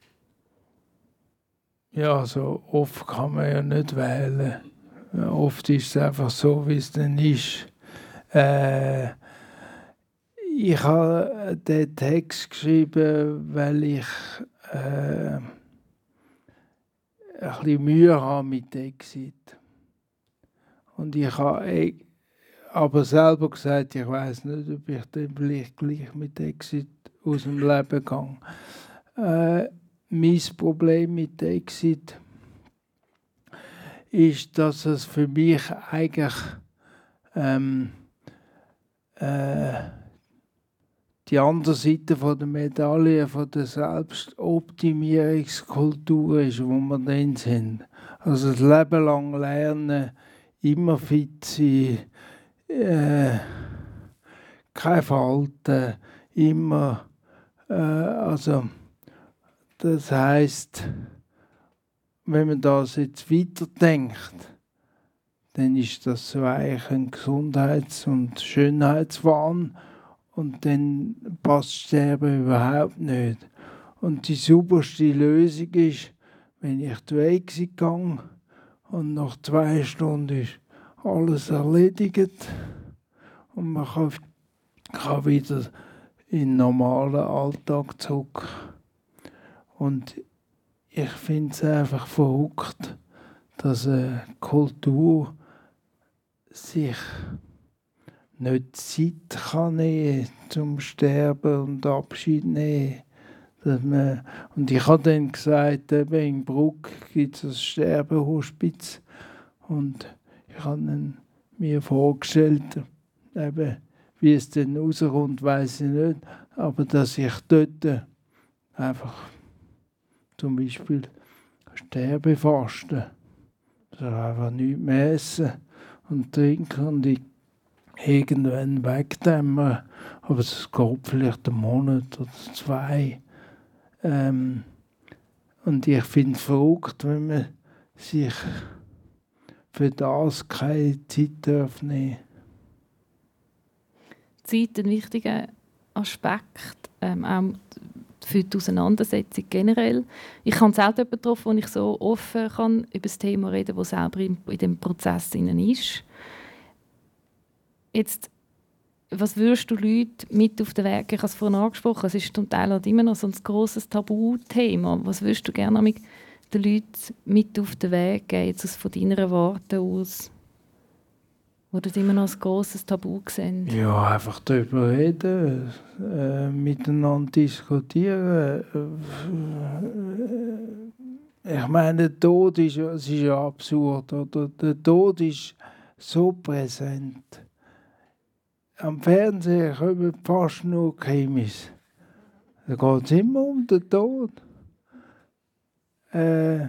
Ja, so oft kann man ja nicht wählen. Oft ist es einfach so, wie es dann ist. Äh, ich habe den Text geschrieben, weil ich äh, ein bisschen Mühe habe mit Exit. Und ich habe aber selber gesagt, ich weiß nicht, ob ich dann vielleicht gleich mit Exit aus dem Leben gehe. Äh, mein Problem mit Exit ist, dass es für mich eigentlich ähm, äh, die andere Seite von der Medaille von der Selbstoptimierungskultur ist, wo wir drin sind. Also das Leben lang lernen, immer fit sein, äh, kein Verhalten, immer, äh, also das heisst, wenn man das jetzt weiterdenkt, dann ist das so eigentlich ein Gesundheits- und Schönheitswahn und dann passt Sterben überhaupt nicht. Und die sauberste Lösung ist, wenn ich zu Exit gehe und nach zwei Stunden ist alles erledigt und man kann, kann wieder in den normalen Alltag zurück. Und ich finde es einfach verrückt, dass eine Kultur sich nicht Zeit kann nehmen zum Sterben und Abschied nehmen. Dass man, und ich habe dann gesagt, eben in Bruck gibt es ein Sterbehospiz. Und ich habe mir vorgestellt, eben, wie es dann rauskommt, weiss ich nicht. Aber dass ich dort einfach zum Beispiel Sterbefasten, also einfach nichts mehr essen und trinken und ich irgendwann wegdämmern. Aber es geht vielleicht einen Monat oder zwei. Ähm, und ich finde es verrückt, wenn man sich für das keine Zeit darf nehmen. Zeit ein wichtiger Aspekt, ähm, auch für die Auseinandersetzung generell. Ich habe selten jemanden getroffen, wo ich so offen kann über das Thema reden kann, der selber in, in dem Prozess innen ist. Jetzt, was würdest du Leute mit auf den Weg geben? Ich habe es vorhin angesprochen, es ist zum Teil halt immer noch so ein grosses Tabuthema. Was würdest du gerne mit den Leuten mit auf den Weg geben, jetzt von deiner Warte aus? Wo das immer noch ein grosses Tabu sehen? Ja, einfach darüber reden, äh, miteinander diskutieren. Ich meine, der Tod ist, es ist ja absurd. Oder? Der Tod ist so präsent. Am Fernsehen kommen fast nur Krimis. Da geht es immer um den Tod. Äh,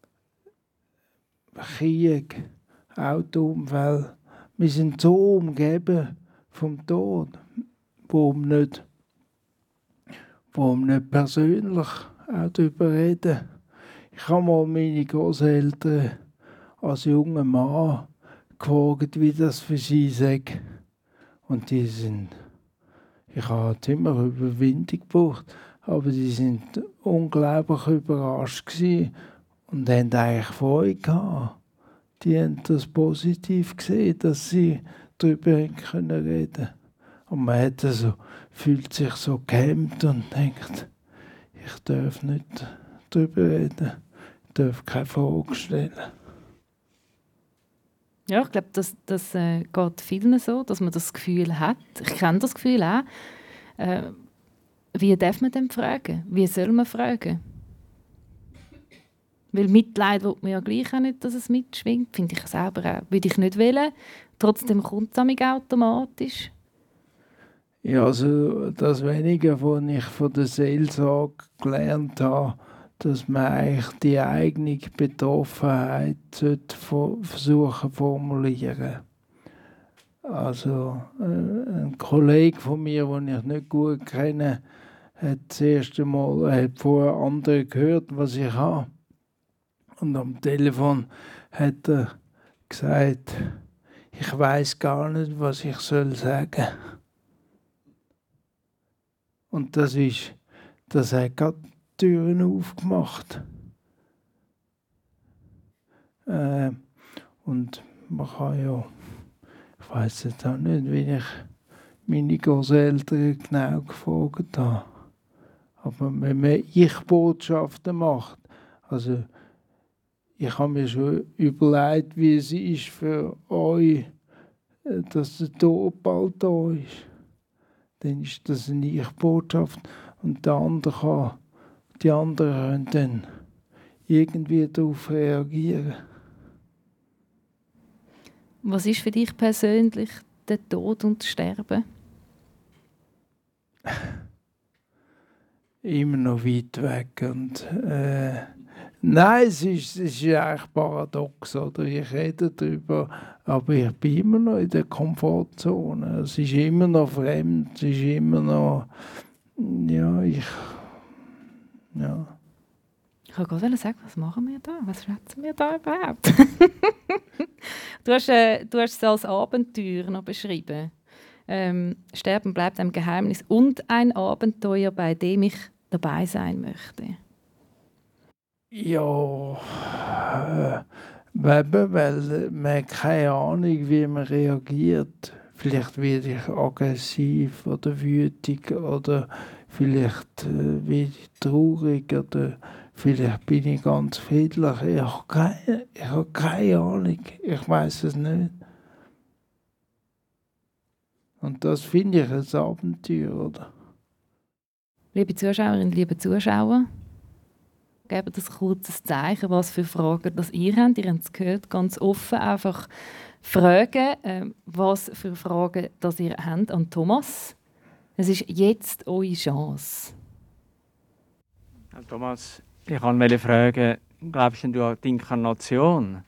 Krieg, Autounfall. Wir sind so umgeben vom Tod. Warum nicht, warum nicht persönlich auch darüber reden? Ich habe mal meine Großeltern als junger Mann gefragt, wie das für sie sei. Und die sind, ich habe immer Überwindung gebraucht, aber die sind unglaublich überrascht gewesen und haben eigentlich Freude gehabt. Die haben das positiv gesehen, dass sie darüber reden können. Und man hat also, fühlt sich so gehemmt und denkt, ich darf nicht darüber reden, ich darf keine Frage stellen. Ja, ich glaube, das, das äh, geht vielen so, dass man das Gefühl hat. Ich kenne das Gefühl auch. Äh, wie darf man denn fragen? Wie soll man fragen? Weil Mitleid will man ja gleich auch nicht, dass es mitschwingt. Finde ich selber auch. Würde ich nicht wählen. Trotzdem kommt es automatisch. Ja, also das Wenige, was ich von der Seelsorge gelernt habe, dass man eigentlich die eigene Betroffenheit versuchen zu formulieren. Also äh, ein Kollege von mir, den ich nicht gut kenne, hat das erste Mal hat vorher andere gehört, was ich habe. Und am Telefon hat er gesagt, ich weiß gar nicht, was ich soll sagen. Und das ist, das hat gerade Türen aufgemacht. Äh, und man kann ja, ich weiß jetzt auch nicht, wie ich meine Großeltern genau gefragt habe. Aber wenn man Ich-Botschaften macht, also ich habe mir schon überlegt, wie es ist für euch, dass der Tod bald da ist. Dann ist das eine Ich-Botschaft und der andere kann, die anderen können dann irgendwie darauf reagieren. Was ist für dich persönlich der Tod und das Sterben? Immer noch weit weg. Und, äh, nein, es ist, es ist eigentlich paradox. Oder? Ich rede darüber, aber ich bin immer noch in der Komfortzone. Es ist immer noch fremd, es ist immer noch. Ja, ich. Ja. Ich wollte gerade sagen, was machen wir da? Was schätzen wir da überhaupt? du, hast, äh, du hast es als Abenteuer noch beschrieben. Ähm, Sterben bleibt ein Geheimnis und ein Abenteuer, bei dem ich dabei sein möchte. Ja, äh, weil, weil man hat keine Ahnung, wie man reagiert. Vielleicht werde ich aggressiv oder wütig oder vielleicht äh, werde ich traurig oder vielleicht bin ich ganz friedlich. Ich habe keine, ich habe keine Ahnung. Ich weiß es nicht. Und das finde ich ein Abenteuer, oder? Liebe Zuschauerinnen, liebe Zuschauer, gebt ein kurzes Zeichen, was für Fragen das ihr habt. Ihr habt es gehört, ganz offen einfach fragen, äh, was für Fragen das ihr habt an Thomas. Es ist jetzt eure Chance. Thomas, ich wollte fragen, glaubst du an die Inkarnation?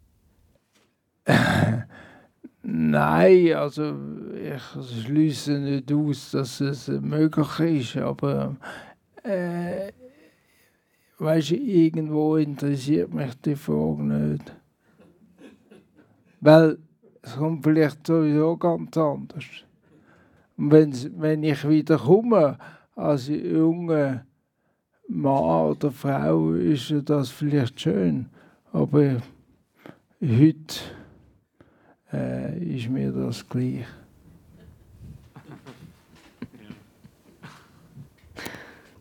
Nein, also ich schließe nicht aus, dass es möglich ist, aber äh, weißt du, irgendwo interessiert mich die Frage nicht. Weil es kommt vielleicht sowieso ganz anders. Und wenn's, wenn ich wieder komme als junger Mann oder Frau, ist das vielleicht schön, aber heute äh, ist mir das gleich.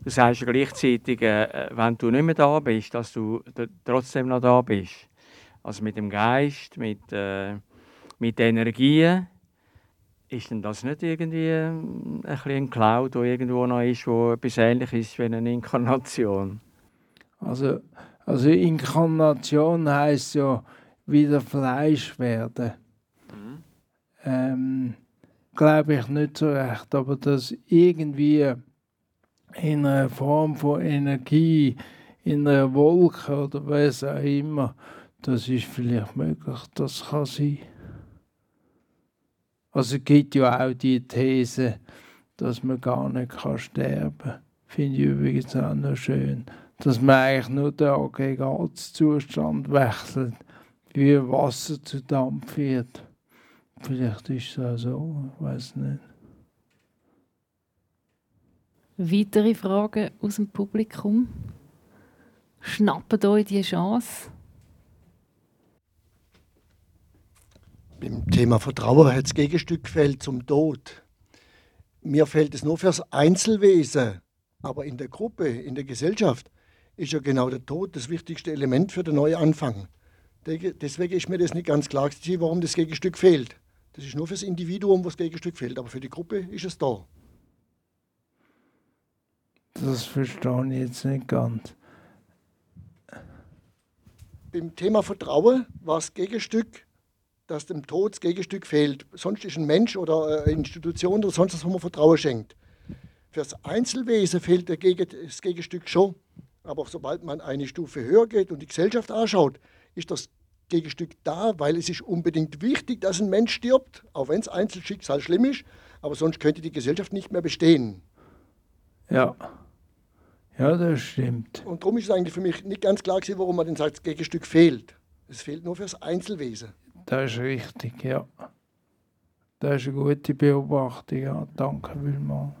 Du sagst ja gleichzeitig, äh, wenn du nicht mehr da bist, dass du d- trotzdem noch da bist. Also mit dem Geist, mit, äh, mit den Energien. Ist denn das nicht irgendwie ähm, ein bisschen ein Cloud, der irgendwo noch ist, wo etwas ähnlich ist wie eine Inkarnation? Also, also Inkarnation heisst ja wieder Fleisch werden. Ähm, glaube ich nicht so recht, aber dass irgendwie in einer Form von Energie, in einer Wolke oder was auch immer, das ist vielleicht möglich, das kann sein. Also es gibt ja auch die These, dass man gar nicht kann sterben kann. Finde ich übrigens auch noch schön. Dass man eigentlich nur den Aggregatzustand wechselt, wie Wasser zu Dampf wird. Vielleicht ist es auch so, ich weiß nicht. Weitere Fragen aus dem Publikum? Schnappt euch die Chance. Beim Thema Vertrauen hat das Gegenstück gefehlt zum Tod. Mir fehlt es nur fürs Einzelwesen, aber in der Gruppe, in der Gesellschaft ist ja genau der Tod das wichtigste Element für den Neuanfang. Deswegen ist mir das nicht ganz klar, warum das Gegenstück fehlt. Das ist nur fürs Individuum, wo das Gegenstück fehlt, aber für die Gruppe ist es da. Das verstehe ich jetzt nicht ganz. Beim Thema Vertrauen war das Gegenstück, dass dem Tod das Gegenstück fehlt. Sonst ist ein Mensch oder eine Institution oder sonst was, wo man Vertrauen schenkt. Für das Einzelwesen fehlt das Gegenstück schon. Aber sobald man eine Stufe höher geht und die Gesellschaft anschaut, ist das Gegenstück da, weil es ist unbedingt wichtig, dass ein Mensch stirbt, auch wenn das Einzelschicksal schlimm ist. Aber sonst könnte die Gesellschaft nicht mehr bestehen. Ja, ja, das stimmt. Und darum ist es eigentlich für mich nicht ganz klar gewesen, warum man den sagt, das Gegenstück fehlt. Es fehlt nur für das Einzelwesen. Das ist richtig, ja. Das ist eine gute Beobachtung, ja. Danke vielmals.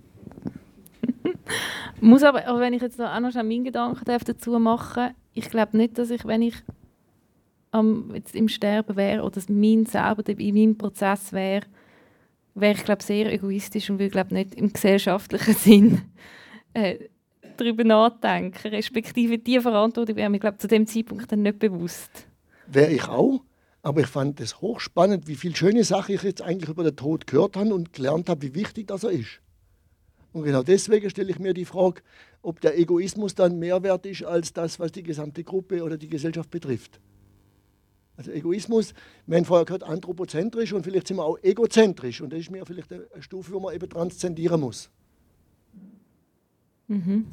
Muss aber, aber wenn ich jetzt noch auch noch meinen Gedanken dazu machen darf, ich glaube nicht, dass ich, wenn ich am, jetzt im Sterben wäre oder mein selber in meinem Prozess wäre, wäre ich glaube sehr egoistisch und würde glaube nicht im gesellschaftlichen Sinn äh, darüber nachdenken, respektive die Verantwortung wäre mir glaube zu dem Zeitpunkt dann nicht bewusst. Wäre ich auch, aber ich fand es hochspannend, wie viele schöne Sachen ich jetzt eigentlich über den Tod gehört habe und gelernt habe, wie wichtig das er ist. Und genau deswegen stelle ich mir die Frage, ob der Egoismus dann mehr wert ist als das, was die gesamte Gruppe oder die Gesellschaft betrifft. Also Egoismus, wir haben vorher gehört, anthropozentrisch und vielleicht sind wir auch egozentrisch. Und das ist mir vielleicht eine Stufe, wo man eben transzendieren muss. Mhm.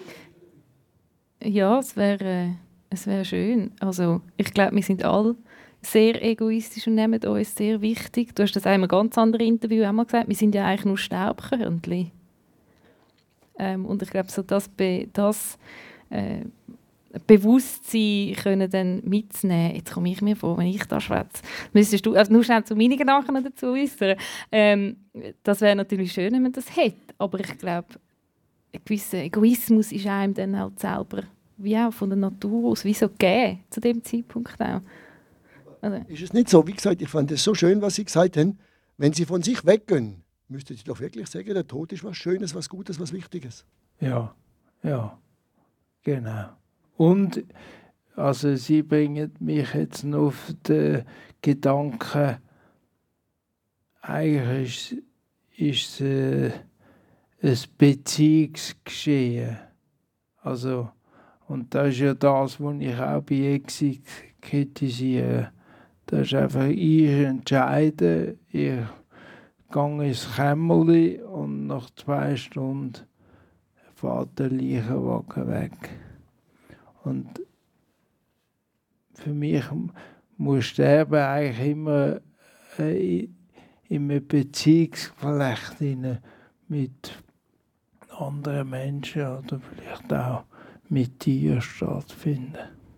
Ja, es wäre es wär schön. Also, ich glaube, wir sind alle sehr egoistisch und nehmen uns sehr wichtig. Du hast das in einem ganz anderen Interview auch mal gesagt, wir sind ja eigentlich nur Staubkörnchen. Ähm, und ich glaube, so das, Be das äh, Bewusstsein können dann mitzunehmen. Jetzt komme ich mir vor, wenn ich da schwätze. Müsstest du also nur schnell zu meinen Gedanken dazu äußern. Ähm, das wäre natürlich schön, wenn man das hätte. Aber ich glaube, ein gewisser Egoismus ist einem dann halt selber, wie auch von der Natur aus, wie so gegeben, zu dem Zeitpunkt auch. Also. Ist es nicht so? Wie gesagt, ich fand es so schön, was Sie gesagt haben. Wenn Sie von sich weggehen, müsste ich doch wirklich sagen, der Tod ist was Schönes, was Gutes, was Wichtiges. Ja, ja, genau. Und also Sie bringen mich jetzt noch auf den Gedanken, eigentlich ist es äh, ein Beziehungsgeschehen. Also, und das ist ja das, was ich auch bei Exit kritisiere. Das ist einfach, ich entscheide, ich gehe ins Kämmerli und nach zwei Stunden fährt der Leichenwagen weg. Und für mich muss Sterben eigentlich immer äh, in einem Beziehungsgeflecht mit anderen Menschen oder vielleicht auch mit Tieren stattfinden.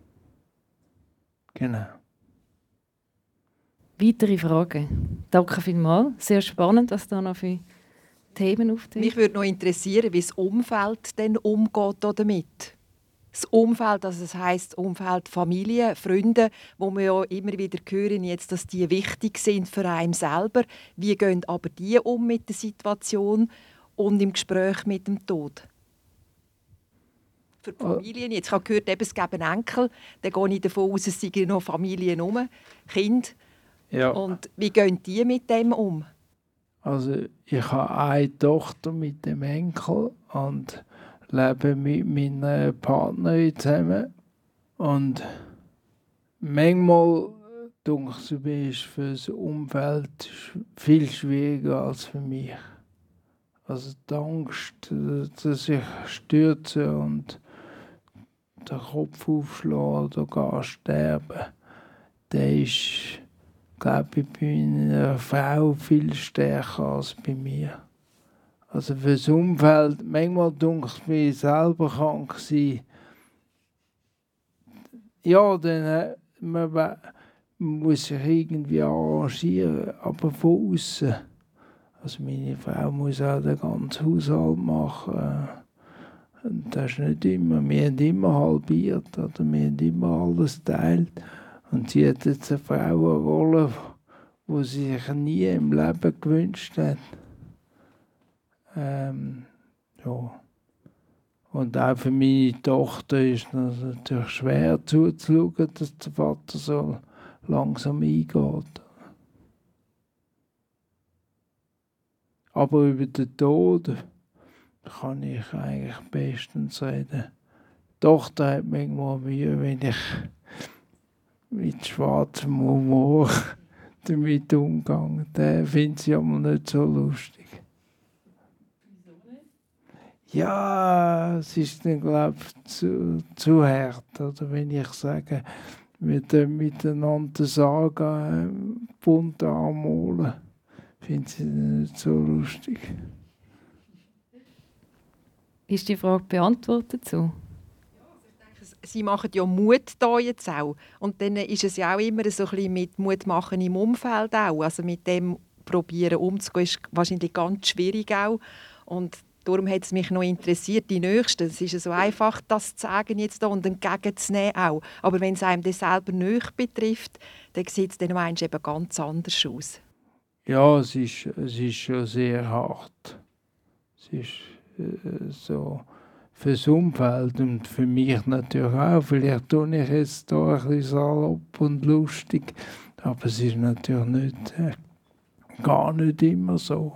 Genau. Weitere Fragen? Danke vielmals. Sehr spannend, was da noch für Themen auftauchen. Mich würde noch interessieren, wie das Umfeld denn umgeht damit. Das Umfeld, also das heisst Umfeld, Familie, Freunde, wo wir ja immer wieder hören, jetzt, dass die wichtig sind für einen selber. Wie gehen aber die um mit der Situation und im Gespräch mit dem Tod? Für die Familien. Jetzt habe ich gehört, eben, es gäbe einen Enkel. Dann gehe ich davon aus, es seien noch Familien herum, Kinder. Ja. Und wie gehen die mit dem um? Also ich habe eine Tochter mit dem Enkel und lebe mit meiner Partnerin zusammen. Und manchmal denke ich, mir ist für das Umfeld viel schwieriger als für mich. Also die Angst, dass ich stürze und den Kopf aufschlage oder gar sterbe, der ist, glaube ich, bei einer Frau viel stärker als bei mir. Also für das Umfeld, manchmal denke ich mir, selber krank sein. Ja, dann äh, man, man muss sich irgendwie arrangieren, aber von außen. Also meine Frau muss auch den ganzen Haushalt machen. Das ist nicht immer. Wir haben immer halbiert, oder wir haben immer alles geteilt. Und sie hat jetzt eine Frauenrolle, die sie sich nie im Leben gewünscht hat. Ähm, ja. Und auch für meine Tochter ist es natürlich schwer zuzuschauen, dass der Vater so langsam eingeht. Aber über den Tod kann ich eigentlich bestens reden. Die Tochter hat manchmal Mühe, wenn ich mit schwarzem Humor damit umgehe. Den findet sie aber nicht so lustig. Ja, es ist dann, glaube ich, zu, zu hart. Oder wenn ich sage, wir können miteinander sagen, bunt anmalen, finde sie nicht so lustig. Ist die Frage beantwortet so? Sie machen ja Mut da jetzt auch. Und dann ist es ja auch immer so ein bisschen mit Mut machen im Umfeld auch. Also mit dem probieren umzugehen, ist wahrscheinlich ganz schwierig auch. Und darum hat es mich noch interessiert, die Nächsten. Es ist ja so einfach, das zu sagen jetzt da und entgegenzunehmen auch. Aber wenn es einem das selber nicht betrifft, dann sieht es dann manchmal eben ganz anders aus. Ja, es ist, es ist schon sehr hart. Es ist äh, so für das Umfeld und für mich natürlich auch. Vielleicht tue ich jetzt hier ein bisschen salopp und lustig, aber es ist natürlich nicht, äh, gar nicht immer so.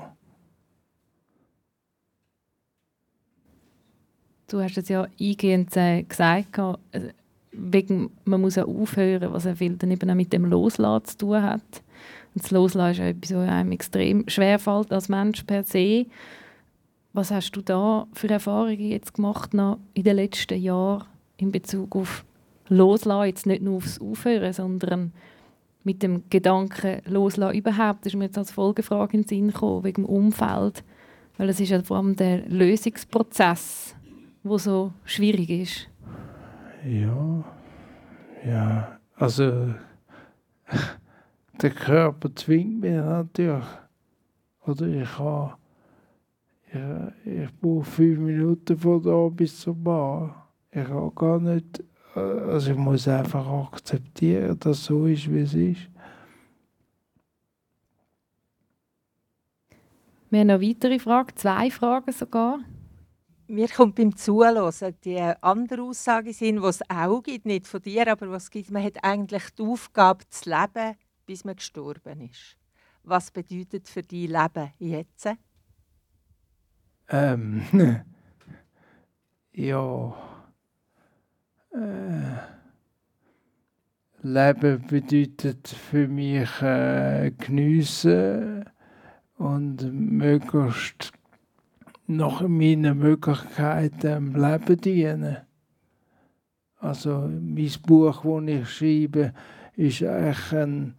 Du hast es ja eingehend äh, gesagt, äh, wegen, man muss ja aufhören, was er viel dann eben auch mit dem Loslassen zu tun hat. Und das Loslassen ist ja etwas, was einem extrem schwerfällt als Mensch per se. Was hast du da für Erfahrungen jetzt gemacht noch in den letzten Jahren in Bezug auf Loslassen, jetzt nicht nur aufs Aufhören, sondern mit dem Gedanken Loslassen überhaupt? Das ist mir jetzt als Folgefrage in den Sinn gekommen, wegen dem Umfeld. Weil es ist ja vor allem der Lösungsprozess, der so schwierig ist. Ja, ja, also der Körper zwingt mich natürlich. Oder ich habe Ja, ich brauche fünf Minuten von da bis zur Bar. Ich kann gar nicht, also ich muss einfach akzeptieren, dass es so ist, wie es ist. Wir haben noch eine weitere Frage, zwei Fragen sogar. Mir kommt beim Zuhören die andere Aussage in, die es auch gibt, nicht von dir, aber was gibt, man hat eigentlich die Aufgabe zu leben, bis man gestorben ist. Was bedeutet für dich Leben jetzt? Ähm, ja, äh, Leben bedeutet für mich äh, geniessen und möglichst nach meinen Möglichkeiten dem Leben dienen. Also mein Buch, das ich schreibe, ist eigentlich ein,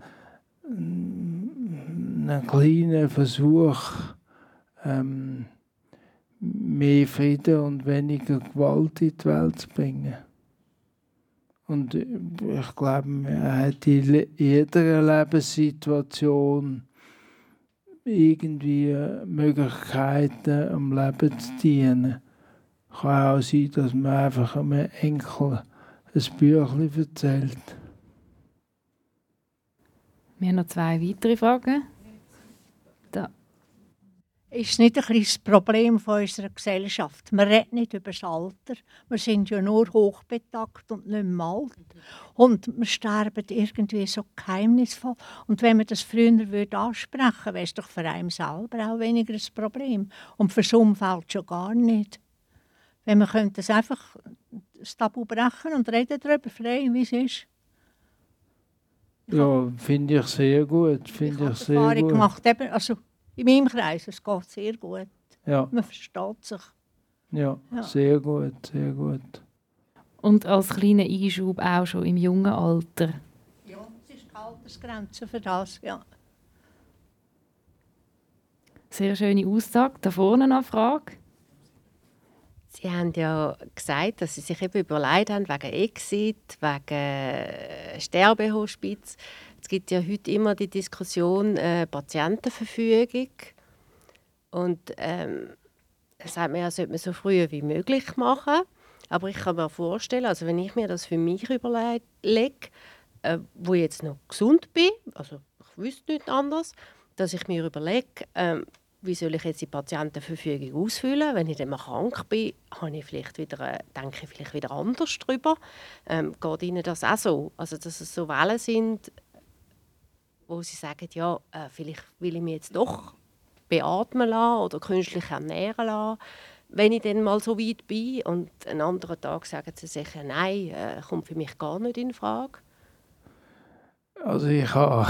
ein kleiner Versuch, ähm, mehr Frieden und weniger Gewalt in die Welt zu bringen. Und ich glaube, man hat in jeder Lebenssituation irgendwie Möglichkeiten, am Leben zu dienen. Kann auch sein, dass man einfach einem Enkel ein Büchlein erzählt. Wir haben noch zwei weitere Fragen. Da. ist nicht ein bisschen das Problem von unserer Gesellschaft. Man redet nicht über das Alter. Wir sind ja nur hochbetagt und nicht mehr alt. Und wir sterben irgendwie so geheimnisvoll. Und wenn man das früher würde ansprechen würde, wäre es doch für einen selber auch weniger ein Problem. Und für das Umfeld schon gar nicht. Wenn man könnte das einfach das Tabu brechen und reden darüber, frei, wie es ist. Ja, finde ich sehr gut. Finde Ich habe ich sehr Erfahrung gut. gemacht, eben, also in meinem Kreis, es geht sehr gut. Ja, Man versteht sich. ja, Ja. sehr gut, sehr gut. Und als kleiner Einschub auch schon im jungen Alter. Ja, es ist die Altersgrenze für das, ja. Sehr schöne Aussage. Da vorne noch eine Frage. Sie haben ja gesagt, dass Sie sich eben überlegt haben, wegen Exit, wegen Sterbehospiz. Es gibt ja heute immer die Diskussion äh, Patientenverfügung. Und ähm, das sagt man ja, sollte man so früh wie möglich machen. Aber ich kann mir vorstellen, also wenn ich mir das für mich überlege, äh, wo ich jetzt noch gesund bin, also ich wüsste nichts anderes, dass ich mir überlege, äh, wie soll ich jetzt die Patientenverfügung ausfüllen? Wenn ich dann mal krank bin, habe ich vielleicht wieder, äh, denke ich vielleicht wieder anders darüber. Ähm, geht Ihnen das auch so? Also, dass es so Wellen sind, wo Sie sagen, ja, äh, vielleicht will ich mich jetzt doch beatmen lassen oder künstlich ernähren lassen, wenn ich dann mal so weit bin. Und einen anderen Tag sagen Sie sich, nein, äh, kommt für mich gar nicht in Frage. Also ich habe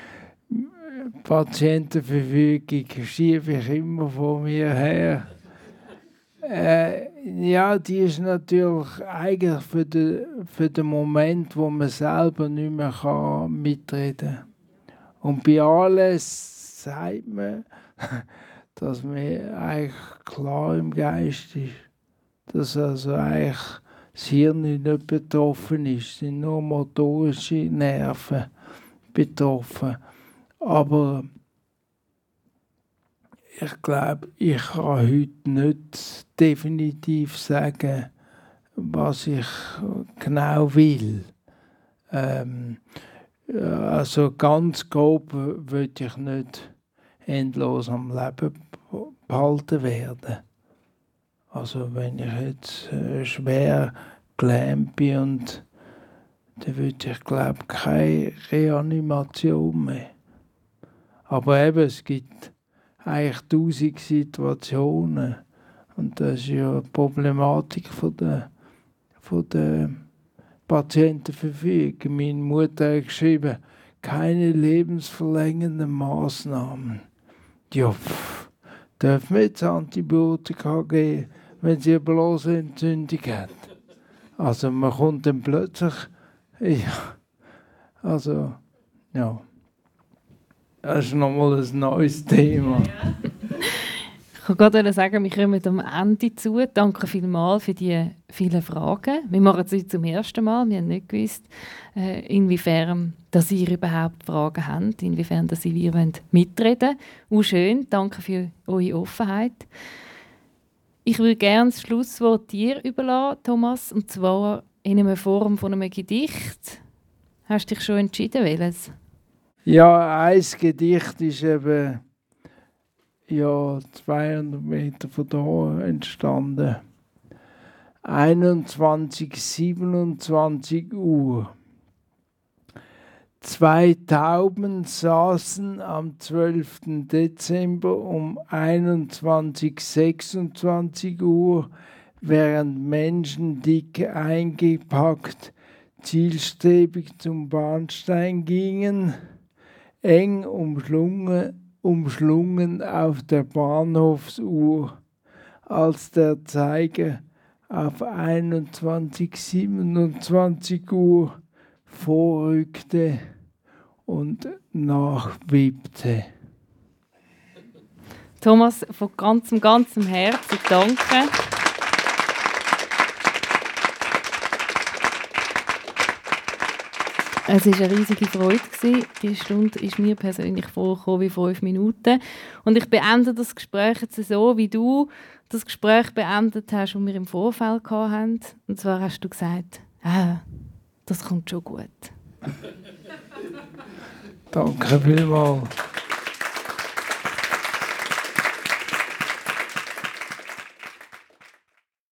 Patientenverfügung schiebe ich immer vor mir her. Äh, ja, die ist natürlich eigentlich für den, für den Moment, wo man selber nicht mehr kann mitreden kann. Und bei alles sagt man, dass man eigentlich klar im Geist ist. Dass also eigentlich das Hirn nicht betroffen ist. Es sind nur motorische Nerven betroffen. Aber ich glaube, ich kann heute nicht definitiv sagen, was ich genau will. Ähm, also ganz grob würde ich nicht endlos am Leben behalten werden. Also wenn ich jetzt äh, schwer gelähmt bin, und dann würde ich glaube keine Reanimation mehr. Aber eben, es gibt eigentlich tausend Situationen. Und das ist ja die Problematik von der, von der Patientenverfügung. Meine Mutter hat geschrieben, keine lebensverlängernden Maßnahmen. Ja, pff, dürfen wir jetzt Antibiotika geben, wenn sie eine Blasenentzündung hat? Also man kommt dann plötzlich, ja, also, ja. Das ist nochmal ein neues Thema. Ich kann gerade sagen, wir kommen am Ende zu. Danke vielmals für die vielen Fragen. Wir machen es heute zum ersten Mal. Wir haben nicht gewusst, äh, inwiefern dass ihr überhaupt Fragen habt, inwiefern dass ihr mitreden wollt. Auch schön. Danke für eure Offenheit. Ich würde gerne das Schlusswort dir überlassen, Thomas, und zwar in einer Form von einem Gedicht. Hast du dich schon entschieden, welches? Ja, ein Gedicht ist eben ja, zweihundert Meter von hier entstanden. einundzwanzig, siebenundzwanzig Uhr. Zwei Tauben saßen am zwölften Dezember um einundzwanzig, sechsundzwanzig Uhr, während Menschen dick eingepackt zielstrebig zum Bahnsteig gingen, eng umschlungen, umschlungen auf der Bahnhofsuhr, als der Zeiger auf einundzwanzig, siebenundzwanzig Uhr vorrückte und nachwippte. Thomas, von ganzem, ganzem Herzen danke. Es war eine riesige Freude. Die Stunde ist mir persönlich vorgekommen wie fünf Minuten. Und ich beende das Gespräch jetzt so, wie du das Gespräch beendet hast, das wir im Vorfeld hatten. Und zwar hast du gesagt, ah, das kommt schon gut. Danke vielmals.